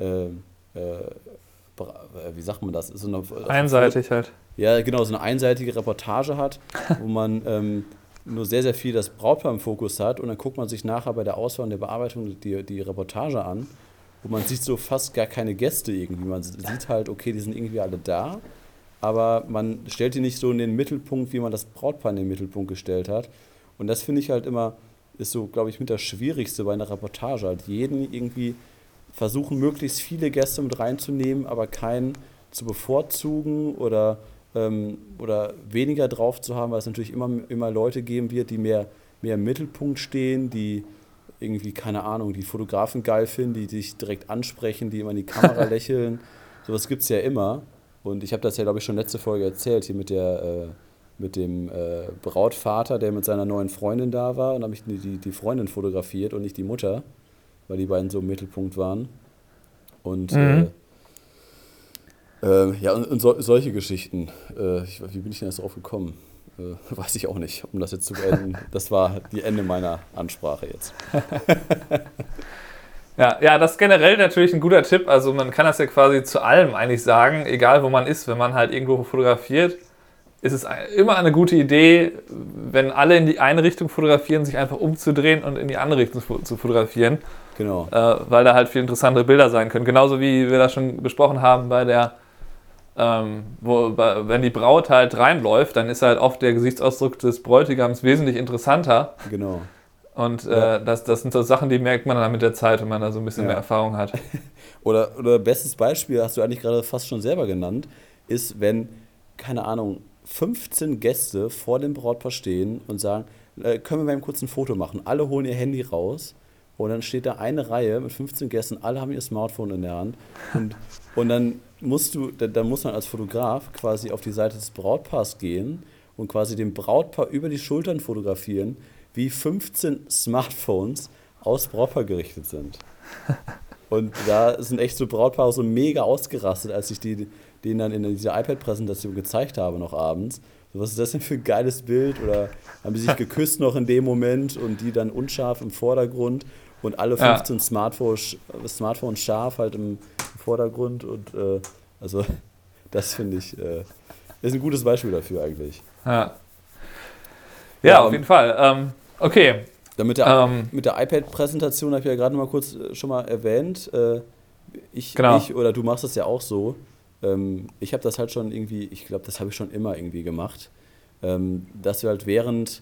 wie sagt man das? So eine, einseitig halt. Ja, genau, so eine einseitige Reportage hat, wo man nur sehr, sehr viel das Brautpaar im Fokus hat und dann guckt man sich nachher bei der Auswahl und der Bearbeitung die Reportage an, wo man sieht so fast gar keine Gäste irgendwie. Man sieht halt, okay, die sind irgendwie alle da, aber man stellt die nicht so in den Mittelpunkt, wie man das Brautpaar in den Mittelpunkt gestellt hat. Und das finde ich halt immer, ist so, glaube ich, mit das Schwierigste bei einer Reportage. Halt jeden irgendwie versuchen, möglichst viele Gäste mit reinzunehmen, aber keinen zu bevorzugen oder weniger drauf zu haben, weil es natürlich immer Leute geben wird, die mehr im Mittelpunkt stehen, die irgendwie, keine Ahnung, die Fotografen geil finden, die dich direkt ansprechen, die immer in die Kamera lächeln. Sowas gibt es ja immer. Und ich habe das ja, glaube ich, schon letzte Folge erzählt, hier mit dem Brautvater, der mit seiner neuen Freundin da war. Und habe ich die Freundin fotografiert und nicht die Mutter, weil die beiden so im Mittelpunkt waren. Und solche Geschichten. Wie bin ich denn jetzt drauf gekommen? Weiß ich auch nicht, um das jetzt zu beenden. Das war die Ende meiner Ansprache jetzt. Ja, das ist generell natürlich ein guter Tipp. Also man kann das ja quasi zu allem eigentlich sagen, egal wo man ist, wenn man halt irgendwo fotografiert, ist es immer eine gute Idee, wenn alle in die eine Richtung fotografieren, sich einfach umzudrehen und in die andere Richtung zu fotografieren. Genau. Weil da halt viel interessantere Bilder sein können. Genauso wie wir das schon besprochen haben bei der wenn die Braut halt reinläuft, dann ist halt oft der Gesichtsausdruck des Bräutigams wesentlich interessanter. Genau. Und das sind so Sachen, die merkt man dann mit der Zeit, wenn man da so ein bisschen mehr Erfahrung hat. Oder bestes Beispiel, hast du eigentlich gerade fast schon selber genannt, ist, wenn, keine Ahnung, 15 Gäste vor dem Brautpaar stehen und sagen, können wir mal kurz ein Foto machen. Alle holen ihr Handy raus und dann steht da eine Reihe mit 15 Gästen, alle haben ihr Smartphone in der Hand und dann muss man als Fotograf quasi auf die Seite des Brautpaars gehen und quasi dem Brautpaar über die Schultern fotografieren, wie 15 Smartphones aufs Brautpaar gerichtet sind. Und da sind echt so Brautpaare so mega ausgerastet, als ich denen dann in dieser iPad-Präsentation gezeigt habe noch abends. So, was ist das denn für ein geiles Bild? Oder haben die sich geküsst noch in dem Moment und die dann unscharf im Vordergrund und alle 15 Smartphones scharf halt im Vordergrund. Und also das finde ich, ist ein gutes Beispiel dafür eigentlich. Ja, auf jeden Fall. Okay. Mit der iPad-Präsentation habe ich ja gerade mal kurz schon mal erwähnt. Ich oder du machst das ja auch so. Ich habe das halt schon irgendwie, ich glaube, das habe ich schon immer irgendwie gemacht, dass wir halt während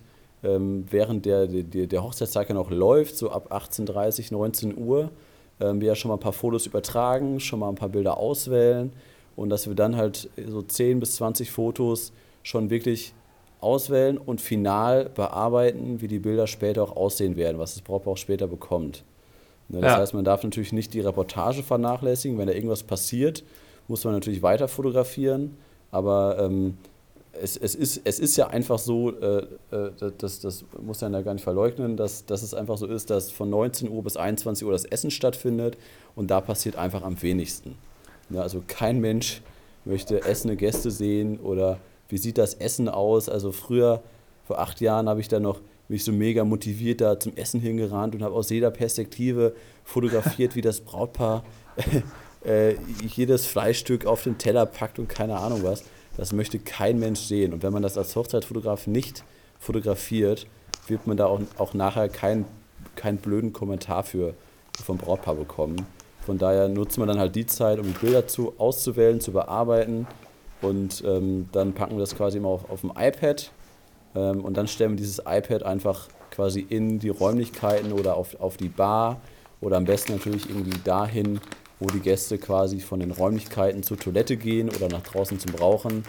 der Hochzeitstag ja noch läuft, so ab 18:30, 19 Uhr, wir ja schon mal ein paar Fotos übertragen, schon mal ein paar Bilder auswählen und dass wir dann halt so 10 bis 20 Fotos schon wirklich auswählen und final bearbeiten, wie die Bilder später auch aussehen werden, was das Brautpaar auch später bekommt. Ne, das heißt, man darf natürlich nicht die Reportage vernachlässigen. Wenn da irgendwas passiert, muss man natürlich weiter fotografieren. Aber es ist ja einfach so, das muss man ja gar nicht verleugnen, dass es einfach so ist, dass von 19 Uhr bis 21 Uhr das Essen stattfindet und da passiert einfach am wenigsten. Ja, also kein Mensch möchte essende Gäste sehen oder wie sieht das Essen aus. Also früher, vor 8 Jahren, habe ich dann noch mich so mega motiviert da zum Essen hingerannt und habe aus jeder Perspektive fotografiert, wie das Brautpaar jedes Fleischstück auf den Teller packt und keine Ahnung was. Das möchte kein Mensch sehen. Und wenn man das als Hochzeitsfotograf nicht fotografiert, wird man da auch nachher keinen blöden Kommentar vom Brautpaar bekommen. Von daher nutzt man dann halt die Zeit, um die Bilder auszuwählen, zu bearbeiten. Und dann packen wir das quasi immer auf dem iPad. Und dann stellen wir dieses iPad einfach quasi in die Räumlichkeiten oder auf die Bar oder am besten natürlich irgendwie dahin, wo die Gäste quasi von den Räumlichkeiten zur Toilette gehen oder nach draußen zum Rauchen,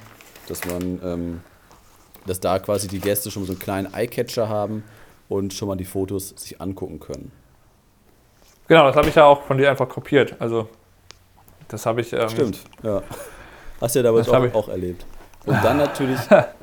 dass da quasi die Gäste schon so einen kleinen Eyecatcher haben und schon mal die Fotos sich angucken können. Genau, das habe ich ja auch von dir einfach kopiert. Also das habe ich... Stimmt, ja. Hast du ja damals auch erlebt. Und dann natürlich,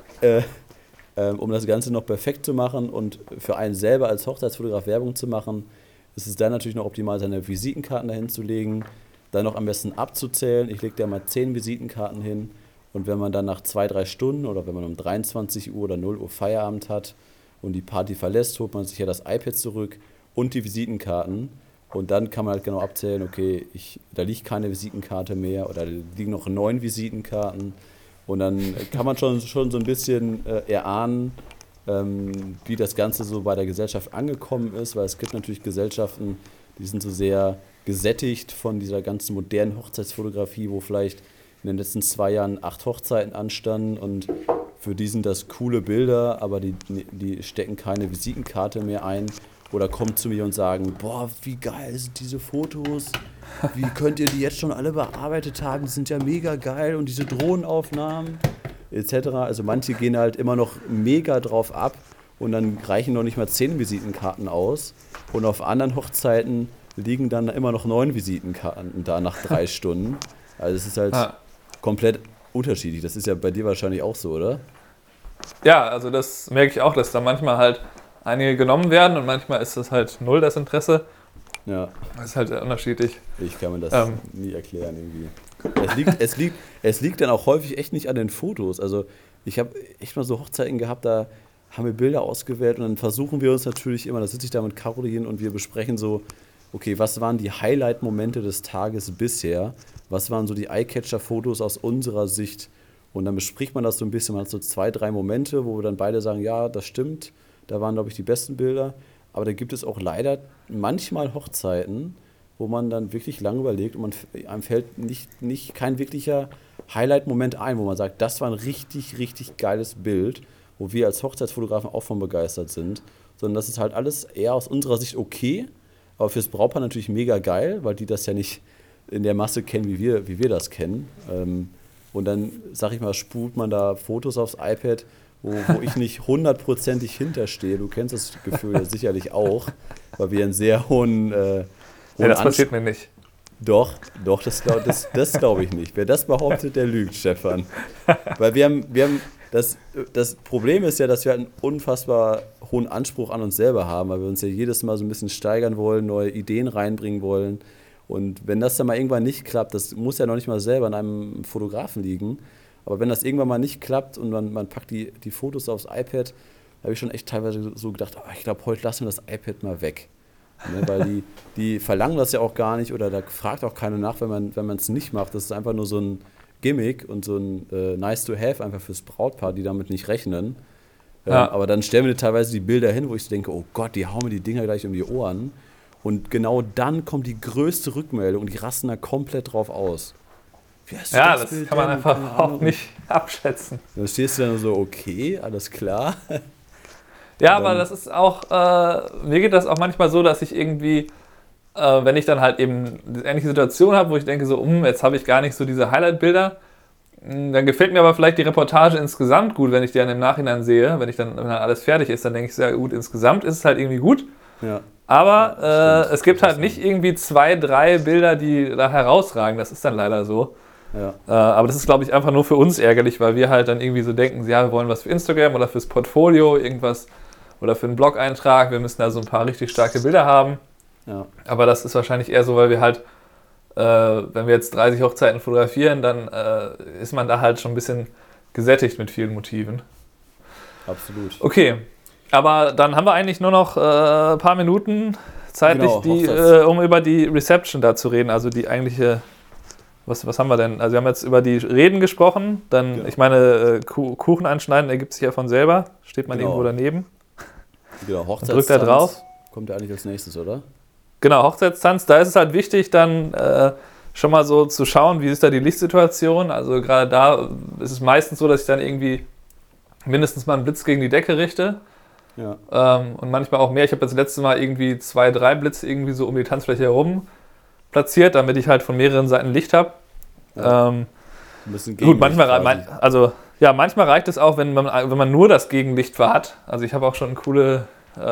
um das Ganze noch perfekt zu machen und für einen selber als Hochzeitsfotograf Werbung zu machen, ist es dann natürlich noch optimal, seine Visitenkarten dahin zu legen, dann noch am besten abzuzählen. Ich lege da mal 10 Visitenkarten hin und wenn man dann nach 2-3 Stunden oder wenn man um 23 Uhr oder 0 Uhr Feierabend hat und die Party verlässt, holt man sich ja das iPad zurück und die Visitenkarten und dann kann man halt genau abzählen, okay, da liegt keine Visitenkarte mehr oder da liegen noch 9 Visitenkarten und dann kann man schon so ein bisschen erahnen, wie das Ganze so bei der Gesellschaft angekommen ist, weil es gibt natürlich Gesellschaften, die sind so sehr gesättigt von dieser ganzen modernen Hochzeitsfotografie, wo vielleicht in den letzten 2 Jahren 8 Hochzeiten anstanden und für die sind das coole Bilder, aber die stecken keine Visitenkarte mehr ein oder kommen zu mir und sagen, boah, wie geil sind diese Fotos, wie könnt ihr die jetzt schon alle bearbeitet haben, die sind ja mega geil und diese Drohnenaufnahmen etc. Also manche gehen halt immer noch mega drauf ab und dann reichen noch nicht mal 10 Visitenkarten aus und auf anderen Hochzeiten liegen dann immer noch 9 Visitenkarten da nach 3 Stunden. Also es ist halt komplett unterschiedlich. Das ist ja bei dir wahrscheinlich auch so, oder? Ja, also das merke ich auch, dass da manchmal halt einige genommen werden und manchmal ist das halt null das Interesse. Ja. Das ist halt unterschiedlich. Ich kann mir das nie erklären irgendwie. Es liegt dann auch häufig echt nicht an den Fotos. Also ich habe echt mal so Hochzeiten gehabt, da haben wir Bilder ausgewählt und dann versuchen wir uns natürlich immer, da sitze ich da mit Caroline und wir besprechen so, okay, was waren die Highlight-Momente des Tages bisher? Was waren so die Eyecatcher-Fotos aus unserer Sicht? Und dann bespricht man das so ein bisschen, man hat so 2-3 Momente, wo wir dann beide sagen, ja, das stimmt, da waren, glaube ich, die besten Bilder. Aber da gibt es auch leider manchmal Hochzeiten, wo man dann wirklich lange überlegt und einem fällt kein wirklicher Highlight-Moment ein, wo man sagt, das war ein richtig, richtig geiles Bild, wo wir als Hochzeitsfotografen auch von begeistert sind. Sondern das ist halt alles eher aus unserer Sicht okay, aber fürs Brautpaar natürlich mega geil, weil die das ja nicht in der Masse kennen, wie wir das kennen. Und dann, sag ich mal, spult man da Fotos aufs iPad, wo ich nicht 100%ig hinterstehe. Du kennst das Gefühl ja sicherlich auch, weil wir einen sehr hohen das passiert mir nicht. Doch, das glaube ich nicht. Wer das behauptet, der lügt, Stefan. Weil wir haben das Problem ist ja, dass wir halt einen unfassbar hohen Anspruch an uns selber haben, weil wir uns ja jedes Mal so ein bisschen steigern wollen, neue Ideen reinbringen wollen. Und wenn das dann mal irgendwann nicht klappt, das muss ja noch nicht mal selber an einem Fotografen liegen, aber wenn das irgendwann mal nicht klappt und man packt die Fotos aufs iPad, habe ich schon echt teilweise so gedacht, ich glaube, heute lassen wir das iPad mal weg. Ne, weil die verlangen das ja auch gar nicht oder da fragt auch keiner nach, wenn man es nicht macht. Das ist einfach nur so ein Gimmick und so ein nice to have einfach fürs Brautpaar, die damit nicht rechnen. Aber dann stellen wir teilweise die Bilder hin, wo ich so denke, oh Gott, die hauen mir die Dinger gleich um die Ohren. Und genau dann kommt die größte Rückmeldung und die rasten da komplett drauf aus. Ja, das kann man einfach auch nicht abschätzen. Dann stehst du dann so, okay, alles klar. Ja, aber das ist auch, mir geht das auch manchmal so, dass ich irgendwie, wenn ich dann halt eben eine ähnliche Situation habe, wo ich denke so, jetzt habe ich gar nicht so diese Highlight-Bilder, Dann gefällt mir aber vielleicht die Reportage insgesamt gut, wenn ich die dann im Nachhinein sehe. Wenn dann alles fertig ist, dann denke ich, sehr gut, insgesamt ist es halt irgendwie gut. Ja. Aber es gibt halt nicht irgendwie 2, 3 Bilder, die da herausragen. Das ist dann leider so. Ja. Aber das ist, glaube ich, einfach nur für uns ärgerlich, weil wir halt dann irgendwie so denken, ja, wir wollen was für Instagram oder fürs Portfolio, irgendwas oder für einen Blog-Eintrag. Wir müssen da so ein paar richtig starke Bilder haben. Ja. Aber das ist wahrscheinlich eher so, weil wir halt, wenn wir jetzt 30 Hochzeiten fotografieren, dann ist man da halt schon ein bisschen gesättigt mit vielen Motiven. Absolut. Okay, aber dann haben wir eigentlich nur noch ein paar Minuten zeitlich, Genau, um über die Reception da zu reden, also die eigentliche... Was haben wir denn? Also wir haben jetzt über die Reden gesprochen, dann, Genau. ich meine, Kuchen anschneiden ergibt sich ja von selber, steht man irgendwo daneben. Genau, Hochzeitstanz drückt da drauf. Kommt ja eigentlich als nächstes, oder? Genau, Hochzeitstanz, da ist es halt wichtig, dann schon mal so zu schauen, wie ist da die Lichtsituation. Also gerade da ist es meistens so, dass ich dann irgendwie mindestens mal einen Blitz gegen die Decke richte. Ja. Und manchmal auch mehr. Ich habe jetzt letztes Mal irgendwie 2, 3 Blitze irgendwie so um die Tanzfläche herum platziert, damit ich halt von mehreren Seiten Licht habe. Ja. Ein bisschen Gut, Gegenlicht manchmal reicht es auch, wenn man nur das Gegenlicht hat. Also ich habe auch schon coole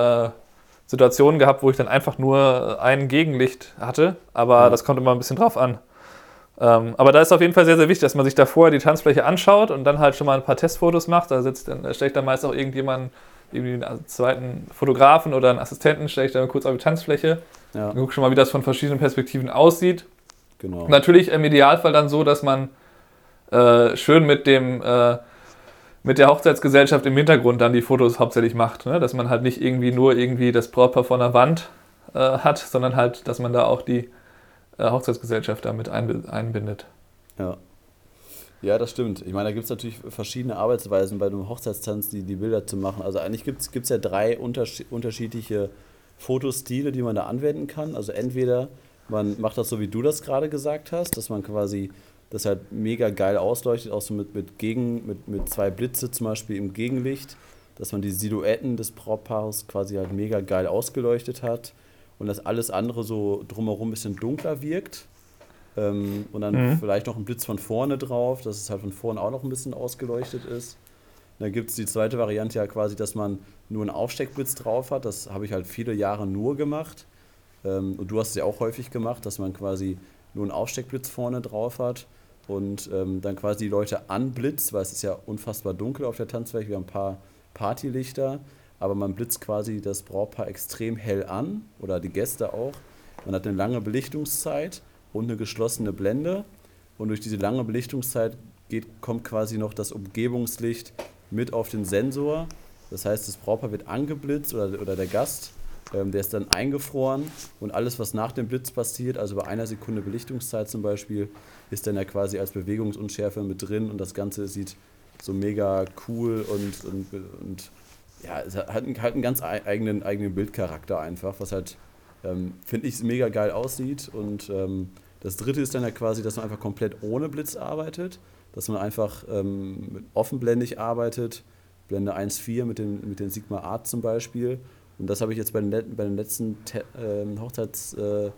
Situationen gehabt, wo ich dann einfach nur ein Gegenlicht hatte, aber das kommt immer ein bisschen drauf an. Aber da ist auf jeden Fall sehr, sehr wichtig, dass man sich da vorher die Tanzfläche anschaut und dann halt schon mal ein paar Testfotos macht. Da stelle ich dann meist auch irgendjemanden, irgendwie einen zweiten Fotografen oder einen Assistenten, stelle ich dann kurz auf die Tanzfläche. Ja. Guck schon mal, wie das von verschiedenen Perspektiven aussieht. Genau. Natürlich im Idealfall dann so, dass man schön mit der Hochzeitsgesellschaft im Hintergrund dann die Fotos hauptsächlich macht. Ne? Dass man halt nicht nur das Brautpaar von der Wand hat, sondern halt, dass man da auch die Hochzeitsgesellschaft damit einbindet. Ja. Ja, das stimmt. Ich meine, da gibt es natürlich verschiedene Arbeitsweisen bei einem Hochzeitstanz, die Bilder zu machen. Also eigentlich gibt es ja 3 unterschiedliche Fotostile, die man da anwenden kann. Also entweder man macht das so, wie du das gerade gesagt hast, dass man quasi das halt mega geil ausleuchtet, auch so mit 2 Blitze zum Beispiel im Gegenlicht, dass man die Silhouetten des Brautpaares quasi halt mega geil ausgeleuchtet hat und dass alles andere so drumherum ein bisschen dunkler wirkt. Und dann vielleicht noch ein Blitz von vorne drauf, dass es halt von vorne auch noch ein bisschen ausgeleuchtet ist. Dann gibt es die zweite Variante ja quasi, dass man nur einen Aufsteckblitz drauf hat. Das habe ich halt viele Jahre nur gemacht. Und du hast es ja auch häufig gemacht, dass man quasi nur einen Aufsteckblitz vorne drauf hat und dann quasi die Leute anblitzt, weil es ist ja unfassbar dunkel auf der Tanzfläche. Wir haben ein paar Partylichter, aber man blitzt quasi das Brautpaar extrem hell an oder die Gäste auch. Man hat eine lange Belichtungszeit und eine geschlossene Blende. Und durch diese lange Belichtungszeit kommt quasi noch das Umgebungslicht mit auf den Sensor. Das heißt, das Brautpaar wird angeblitzt oder der Gast, der ist dann eingefroren und alles, was nach dem Blitz passiert, also bei 1 Sekunde Belichtungszeit zum Beispiel, ist dann ja quasi als Bewegungsunschärfe mit drin und das Ganze sieht so mega cool und ja, es hat einen ganz eigenen Bildcharakter einfach, was halt, finde ich, mega geil aussieht. Und das dritte ist dann ja quasi, dass man einfach komplett ohne Blitz arbeitet, dass man einfach mit offenblendig arbeitet, Blende 1.4 mit den Sigma Art zum Beispiel. Und das habe ich jetzt bei den letzten Hochzeitstänzen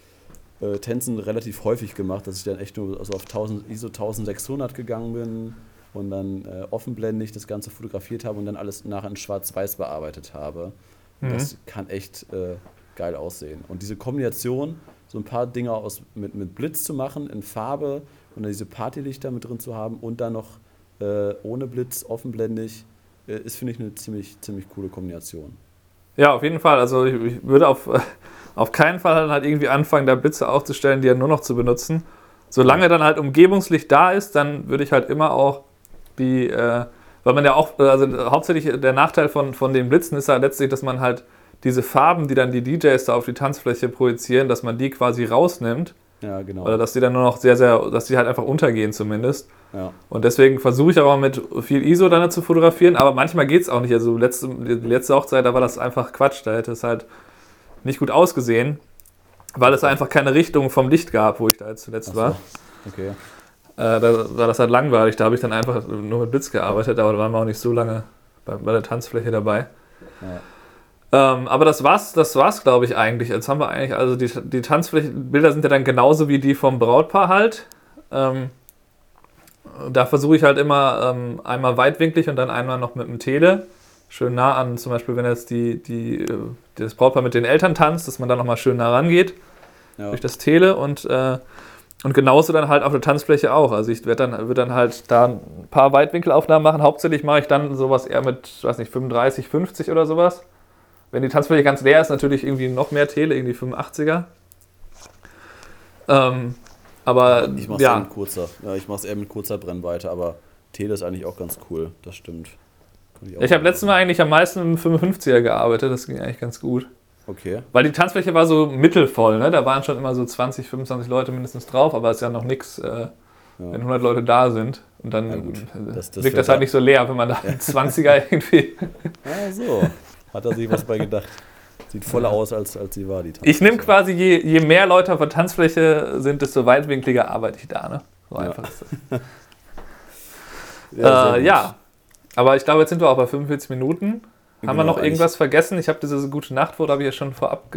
relativ häufig gemacht, dass ich dann echt nur auf ISO 1600 gegangen bin und dann offenblendig das Ganze fotografiert habe und dann alles nachher in Schwarz-Weiß bearbeitet habe. Das kann echt geil aussehen. Und diese Kombination, so ein paar Dinge mit Blitz zu machen in Farbe und dann diese Partylichter mit drin zu haben und dann noch ohne Blitz, offenblendig, ist, finde ich, eine ziemlich coole Kombination. Ja, auf jeden Fall. Also ich würde auf keinen Fall dann halt irgendwie anfangen, da Blitze aufzustellen, die ja nur noch zu benutzen. Solange dann halt Umgebungslicht da ist, dann würde ich halt immer auch weil man ja auch, also hauptsächlich der Nachteil von den Blitzen ist halt letztlich, dass man halt diese Farben, die dann die DJs da auf die Tanzfläche projizieren, dass man die quasi rausnimmt. Ja, genau. Oder dass die dann nur noch dass die halt einfach untergehen zumindest. Ja. Und deswegen versuche ich aber mit viel ISO dann zu fotografieren, aber manchmal geht es auch nicht. Also die letzte Hochzeit, da war das einfach Quatsch, da hätte es halt nicht gut ausgesehen, weil es einfach keine Richtung vom Licht gab, wo ich da jetzt zuletzt war. Okay. Da war das halt langweilig, da habe ich dann einfach nur mit Blitz gearbeitet, aber da waren wir auch nicht so lange bei der Tanzfläche dabei. Ja. Aber das war's, glaube ich, eigentlich. Jetzt haben wir eigentlich, also die Tanzflächenbilder sind ja dann genauso wie die vom Brautpaar halt. Da versuche ich halt immer einmal weitwinklig und dann einmal noch mit dem Tele. Schön nah an, zum Beispiel, wenn jetzt das Brautpaar mit den Eltern tanzt, dass man da nochmal schön nah rangeht durch das Tele und genauso dann halt auf der Tanzfläche auch. Also ich würde dann halt da ein paar Weitwinkelaufnahmen machen. Hauptsächlich mache ich dann sowas eher mit, ich weiß nicht, 35, 50 oder sowas. Wenn die Tanzfläche ganz leer ist, natürlich irgendwie noch mehr Tele, irgendwie 85er. Aber ich mache es eher mit kurzer. Ja, ich mache es eher mit kurzer Brennweite, aber Tele ist eigentlich auch ganz cool. Das stimmt. Ich habe letztes Mal eigentlich am meisten mit dem 55er gearbeitet. Das ging eigentlich ganz gut. Okay. Weil die Tanzfläche war so mittelvoll, ne? Da waren schon immer so 20, 25 Leute mindestens drauf, aber es ist ja noch nichts, wenn 100 Leute da sind. Und dann wirkt das halt nicht so leer, wenn man da einen 20er irgendwie... Ja, so. Hat er sich was bei gedacht. Sieht voller aus, als sie war, die Tanzfläche. Ich nehme quasi, je mehr Leute auf der Tanzfläche sind, desto weitwinkliger arbeite ich da, ne? So einfach ist das. Ja, aber ich glaube, jetzt sind wir auch bei 45 Minuten. Haben wir noch irgendwas vergessen? Ich habe diese gute Nachtwort, habe ich ja schon vorab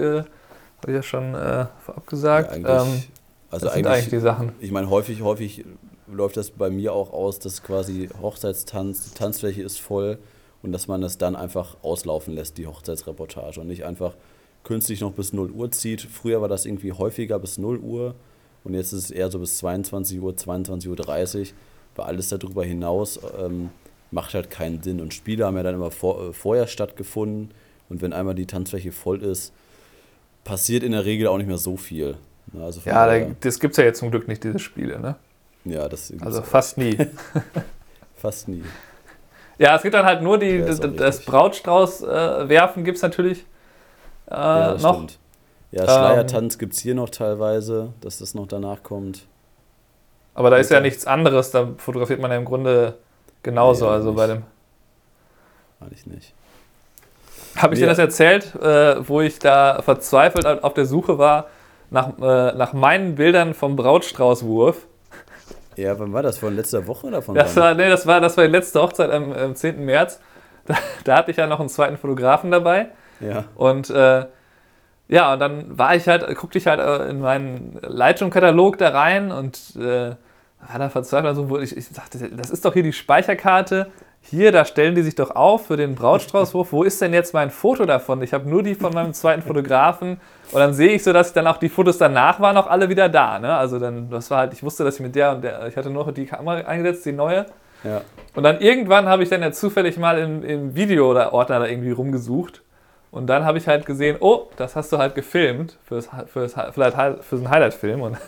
gesagt. Ja, das sind eigentlich die Sachen. Ich meine, häufig läuft das bei mir auch aus, dass quasi Hochzeitstanz, die Tanzfläche ist voll und dass man das dann einfach auslaufen lässt, die Hochzeitsreportage, und nicht einfach künstlich noch bis 0 Uhr zieht. Früher war das irgendwie häufiger bis 0 Uhr und jetzt ist es eher so bis 22 Uhr, 22.30 Uhr, weil alles darüber hinaus macht halt keinen Sinn. Und Spiele haben ja dann immer vorher stattgefunden. Und wenn einmal die Tanzfläche voll ist, passiert in der Regel auch nicht mehr so viel. Also das gibt es ja jetzt zum Glück nicht, diese Spiele, ne? Ja, das gibt's also fast nie. Fast nie. Ja, es gibt dann halt nur das Brautstrauß werfen gibt es natürlich ja, das noch. Stimmt. Ja, Schleiertanz gibt es hier noch teilweise, dass das noch danach kommt. Aber da ist ja nichts anderes, da fotografiert man ja im Grunde genauso, nee, also nicht. bei dem. Eigentlich nicht. Habe ich dir das erzählt, wo ich da verzweifelt auf der Suche war nach meinen Bildern vom Brautstraußwurf? Ja, wann war das? Von letzter Woche oder von das war die letzte Hochzeit am 10. März. Da hatte ich ja noch einen zweiten Fotografen dabei. Ja. Und und dann guckte ich halt in meinen Lightroom-Katalog da rein und war da verzweifelt. Also, ich dachte, das ist doch hier die Speicherkarte. Hier, da stellen die sich doch auf für den Brautstraußwurf. Wo ist denn jetzt mein Foto davon? Ich habe nur die von meinem zweiten Fotografen. Und dann sehe ich so, dass ich dann auch die Fotos danach waren auch alle wieder da. Ne? Also das war halt, ich wusste, dass ich mit der und der, ich hatte noch die Kamera eingesetzt, die neue. Ja. Und dann irgendwann habe ich dann ja zufällig mal im Video oder Ordner da irgendwie rumgesucht. Und dann habe ich halt gesehen, oh, das hast du halt gefilmt für einen Highlight-Film. Und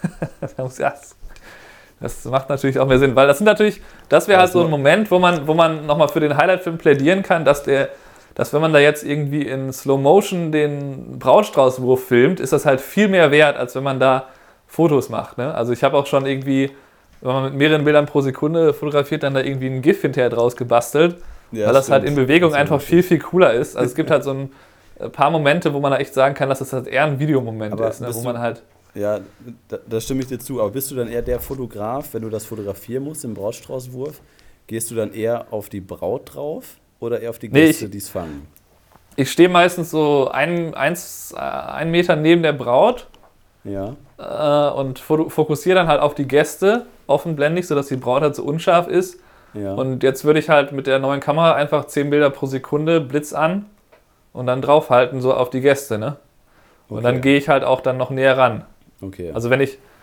das macht natürlich auch mehr Sinn, weil das wäre halt so ein Moment, wo man nochmal für den Highlight-Film plädieren kann, dass wenn man da jetzt irgendwie in Slow-Motion den Brautstraußwurf filmt, ist das halt viel mehr wert, als wenn man da Fotos macht. Ne? Also ich habe auch schon irgendwie, wenn man mit mehreren Bildern pro Sekunde fotografiert, dann da irgendwie ein GIF hinterher draus gebastelt, weil das halt in Bewegung einfach viel, viel cooler ist. Also es gibt halt so ein paar Momente, wo man da echt sagen kann, dass das halt eher ein Videomoment ist, ne? Wo man halt... Ja, da stimme ich dir zu. Aber bist du dann eher der Fotograf, wenn du das fotografieren musst, im Brautstraußwurf, gehst du dann eher auf die Braut drauf oder eher auf die Gäste, die es fangen? Ich stehe meistens so einen Meter neben der Braut, ja, und fokussiere dann halt auf die Gäste, offenblendig, sodass die Braut halt so unscharf ist. Ja. Und jetzt würde ich halt mit der neuen Kamera einfach 10 Bilder pro Sekunde Blitz an und dann draufhalten, so auf die Gäste, ne? Und okay. Dann gehe ich halt auch dann noch näher ran. Okay. Also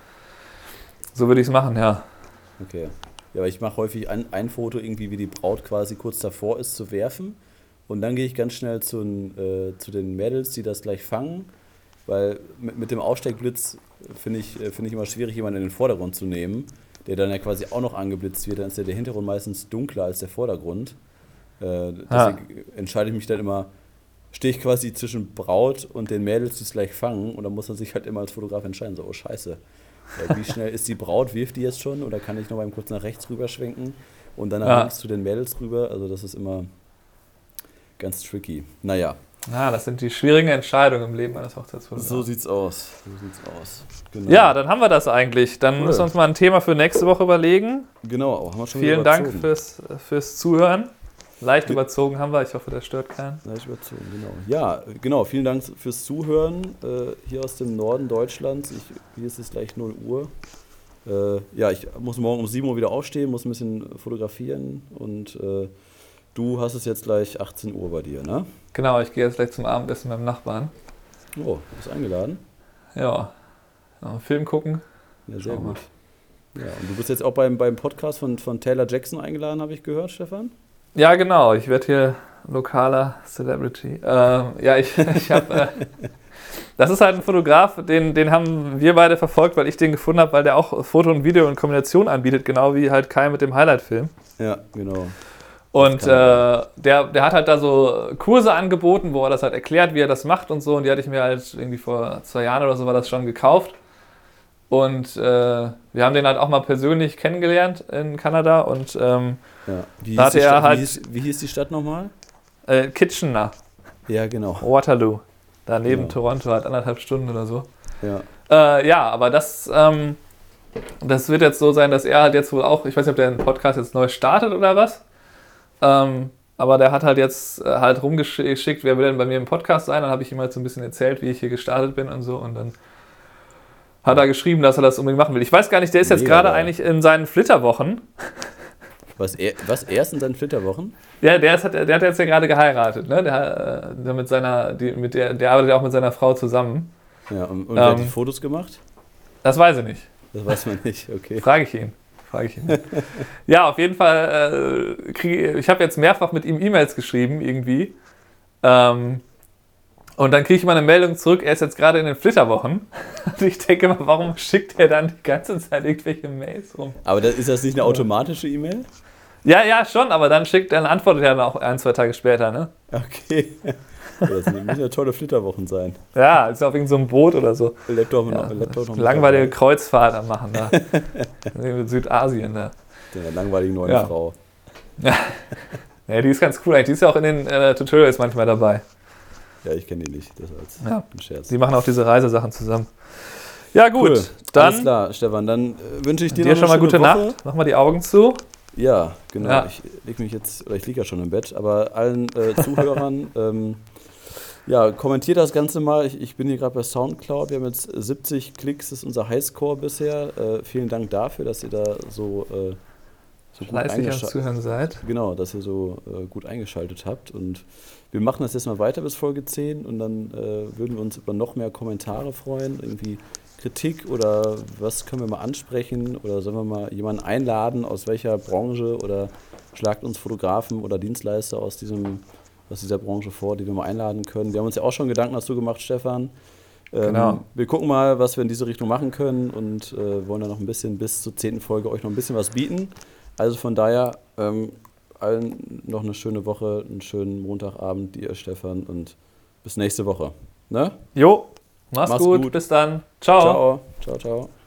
so würde ich es machen, ja. Okay. Ja, aber ich mache häufig ein Foto irgendwie, wie die Braut quasi kurz davor ist zu werfen. Und dann gehe ich ganz schnell zu den Mädels, die das gleich fangen. Weil mit dem Aussteckblitz finde ich immer schwierig, jemanden in den Vordergrund zu nehmen, der dann ja quasi auch noch angeblitzt wird. Dann ist ja der Hintergrund meistens dunkler als der Vordergrund. Deswegen entscheide ich mich dann immer, stehe ich quasi zwischen Braut und den Mädels, die es gleich fangen. Und dann muss man sich halt immer als Fotograf entscheiden, so, oh scheiße, wie schnell ist die Braut, wirft die jetzt schon? Oder kann ich noch mal kurz nach rechts rüber schwenken und dann nach links zu den Mädels rüber? Also das ist immer ganz tricky. Naja. Das sind die schwierigen Entscheidungen im Leben eines Hochzeitsfotografen. So sieht's aus. Genau. Ja, dann haben wir das eigentlich. Dann müssen wir uns mal ein Thema für nächste Woche überlegen. Genau, haben wir schon Vielen Dank fürs Zuhören. Leicht überzogen haben wir, ich hoffe, das stört keinen. Leicht überzogen, genau. Ja, genau, vielen Dank fürs Zuhören hier aus dem Norden Deutschlands. Hier ist es gleich 0 Uhr. Ja, ich muss morgen um 7 Uhr wieder aufstehen, muss ein bisschen fotografieren und du hast es jetzt gleich 18 Uhr bei dir, ne? Genau, ich gehe jetzt gleich zum Abendessen beim Nachbarn. Oh, du bist eingeladen? Ja, noch einen Film gucken. Ja, sehr gut. Ja, und du bist jetzt auch beim Podcast von Taylor Jackson eingeladen, habe ich gehört, Stefan? Ja, genau, ich werde hier lokaler Celebrity. Ja, ich habe... Das ist halt ein Fotograf, den haben wir beide verfolgt, weil ich den gefunden habe, weil der auch Foto und Video in Kombination anbietet, genau wie halt Kai mit dem Highlight-Film. Ja, genau. Und der hat halt da so Kurse angeboten, wo er das halt erklärt, wie er das macht und so. Und die hatte ich mir halt irgendwie vor 2 Jahren oder so war das schon gekauft. Und wir haben den halt auch mal persönlich kennengelernt in Kanada. Und ja. Wie hieß die Stadt nochmal? Kitchener. Ja, genau. Waterloo. Da neben Genau. Toronto, halt 1,5 Stunden oder so. Ja. Ja, aber das wird jetzt so sein, dass er halt jetzt wohl auch, ich weiß nicht, ob der einen Podcast jetzt neu startet oder was, aber der hat halt jetzt halt rumgeschickt, wer will denn bei mir im Podcast sein, dann habe ich ihm halt so ein bisschen erzählt, wie ich hier gestartet bin und so und dann hat er geschrieben, dass er das unbedingt machen will. Ich weiß gar nicht, der ist jetzt gerade eigentlich in seinen Flitterwochen. Was, erst in seinen Flitterwochen? Ja, der hat jetzt ja gerade geheiratet, ne? Der arbeitet ja auch mit seiner Frau zusammen. Ja, und wer hat die Fotos gemacht? Das weiß ich nicht. Das weiß man nicht, okay. Frage ich ihn. Ja, auf jeden Fall ich habe jetzt mehrfach mit ihm E-Mails geschrieben irgendwie. Und dann kriege ich mal eine Meldung zurück, er ist jetzt gerade in den Flitterwochen. Und ich denke mal, warum schickt er dann die ganze Zeit irgendwelche Mails rum? Aber ist das nicht eine automatische E-Mail? Ja, schon, aber dann antwortet er dann auch 1-2 Tage später, ne? Okay. Das müssen ja tolle Flitterwochen sein. Ja, ist auf irgend so einem Boot oder so. Laptop noch langweilige Kreuzfahrt am machen da. In Südasien da. Der langweiligen neuen Frau. Ja, die ist ganz cool eigentlich. Die ist ja auch in den Tutorials manchmal dabei. Ja, ich kenne die nicht. Das als ein Scherz. Die machen auch diese Reisesachen zusammen. Ja, gut. Cool. Dann alles klar, Stefan. Dann wünsche ich dir noch schon mal gute Woche. Nacht. Mach mal die Augen zu. Ja, genau. Ja. Ich liege ja schon im Bett. Aber allen Zuhörern, kommentiert das Ganze mal. Ich bin hier gerade bei Soundcloud. Wir haben jetzt 70 Klicks. Das ist unser Highscore bisher. Vielen Dank dafür, dass ihr da so gut eingeschaltet Zuhören seid. Genau, dass ihr so gut eingeschaltet habt. Und wir machen das jetzt mal weiter bis Folge 10 und dann würden wir uns über noch mehr Kommentare freuen. Irgendwie Kritik oder was können wir mal ansprechen oder sollen wir mal jemanden einladen, aus welcher Branche oder schlagt uns Fotografen oder Dienstleister aus dieser Branche vor, die wir mal einladen können. Wir haben uns ja auch schon Gedanken dazu gemacht, Stefan. Genau. Wir gucken mal, was wir in diese Richtung machen können und wollen dann noch ein bisschen bis zur 10. Folge euch noch ein bisschen was bieten. Also von daher allen noch eine schöne Woche, einen schönen Montagabend, dir Stefan und bis nächste Woche. Ne? Jo, mach's gut. Bis dann. Ciao. Ciao.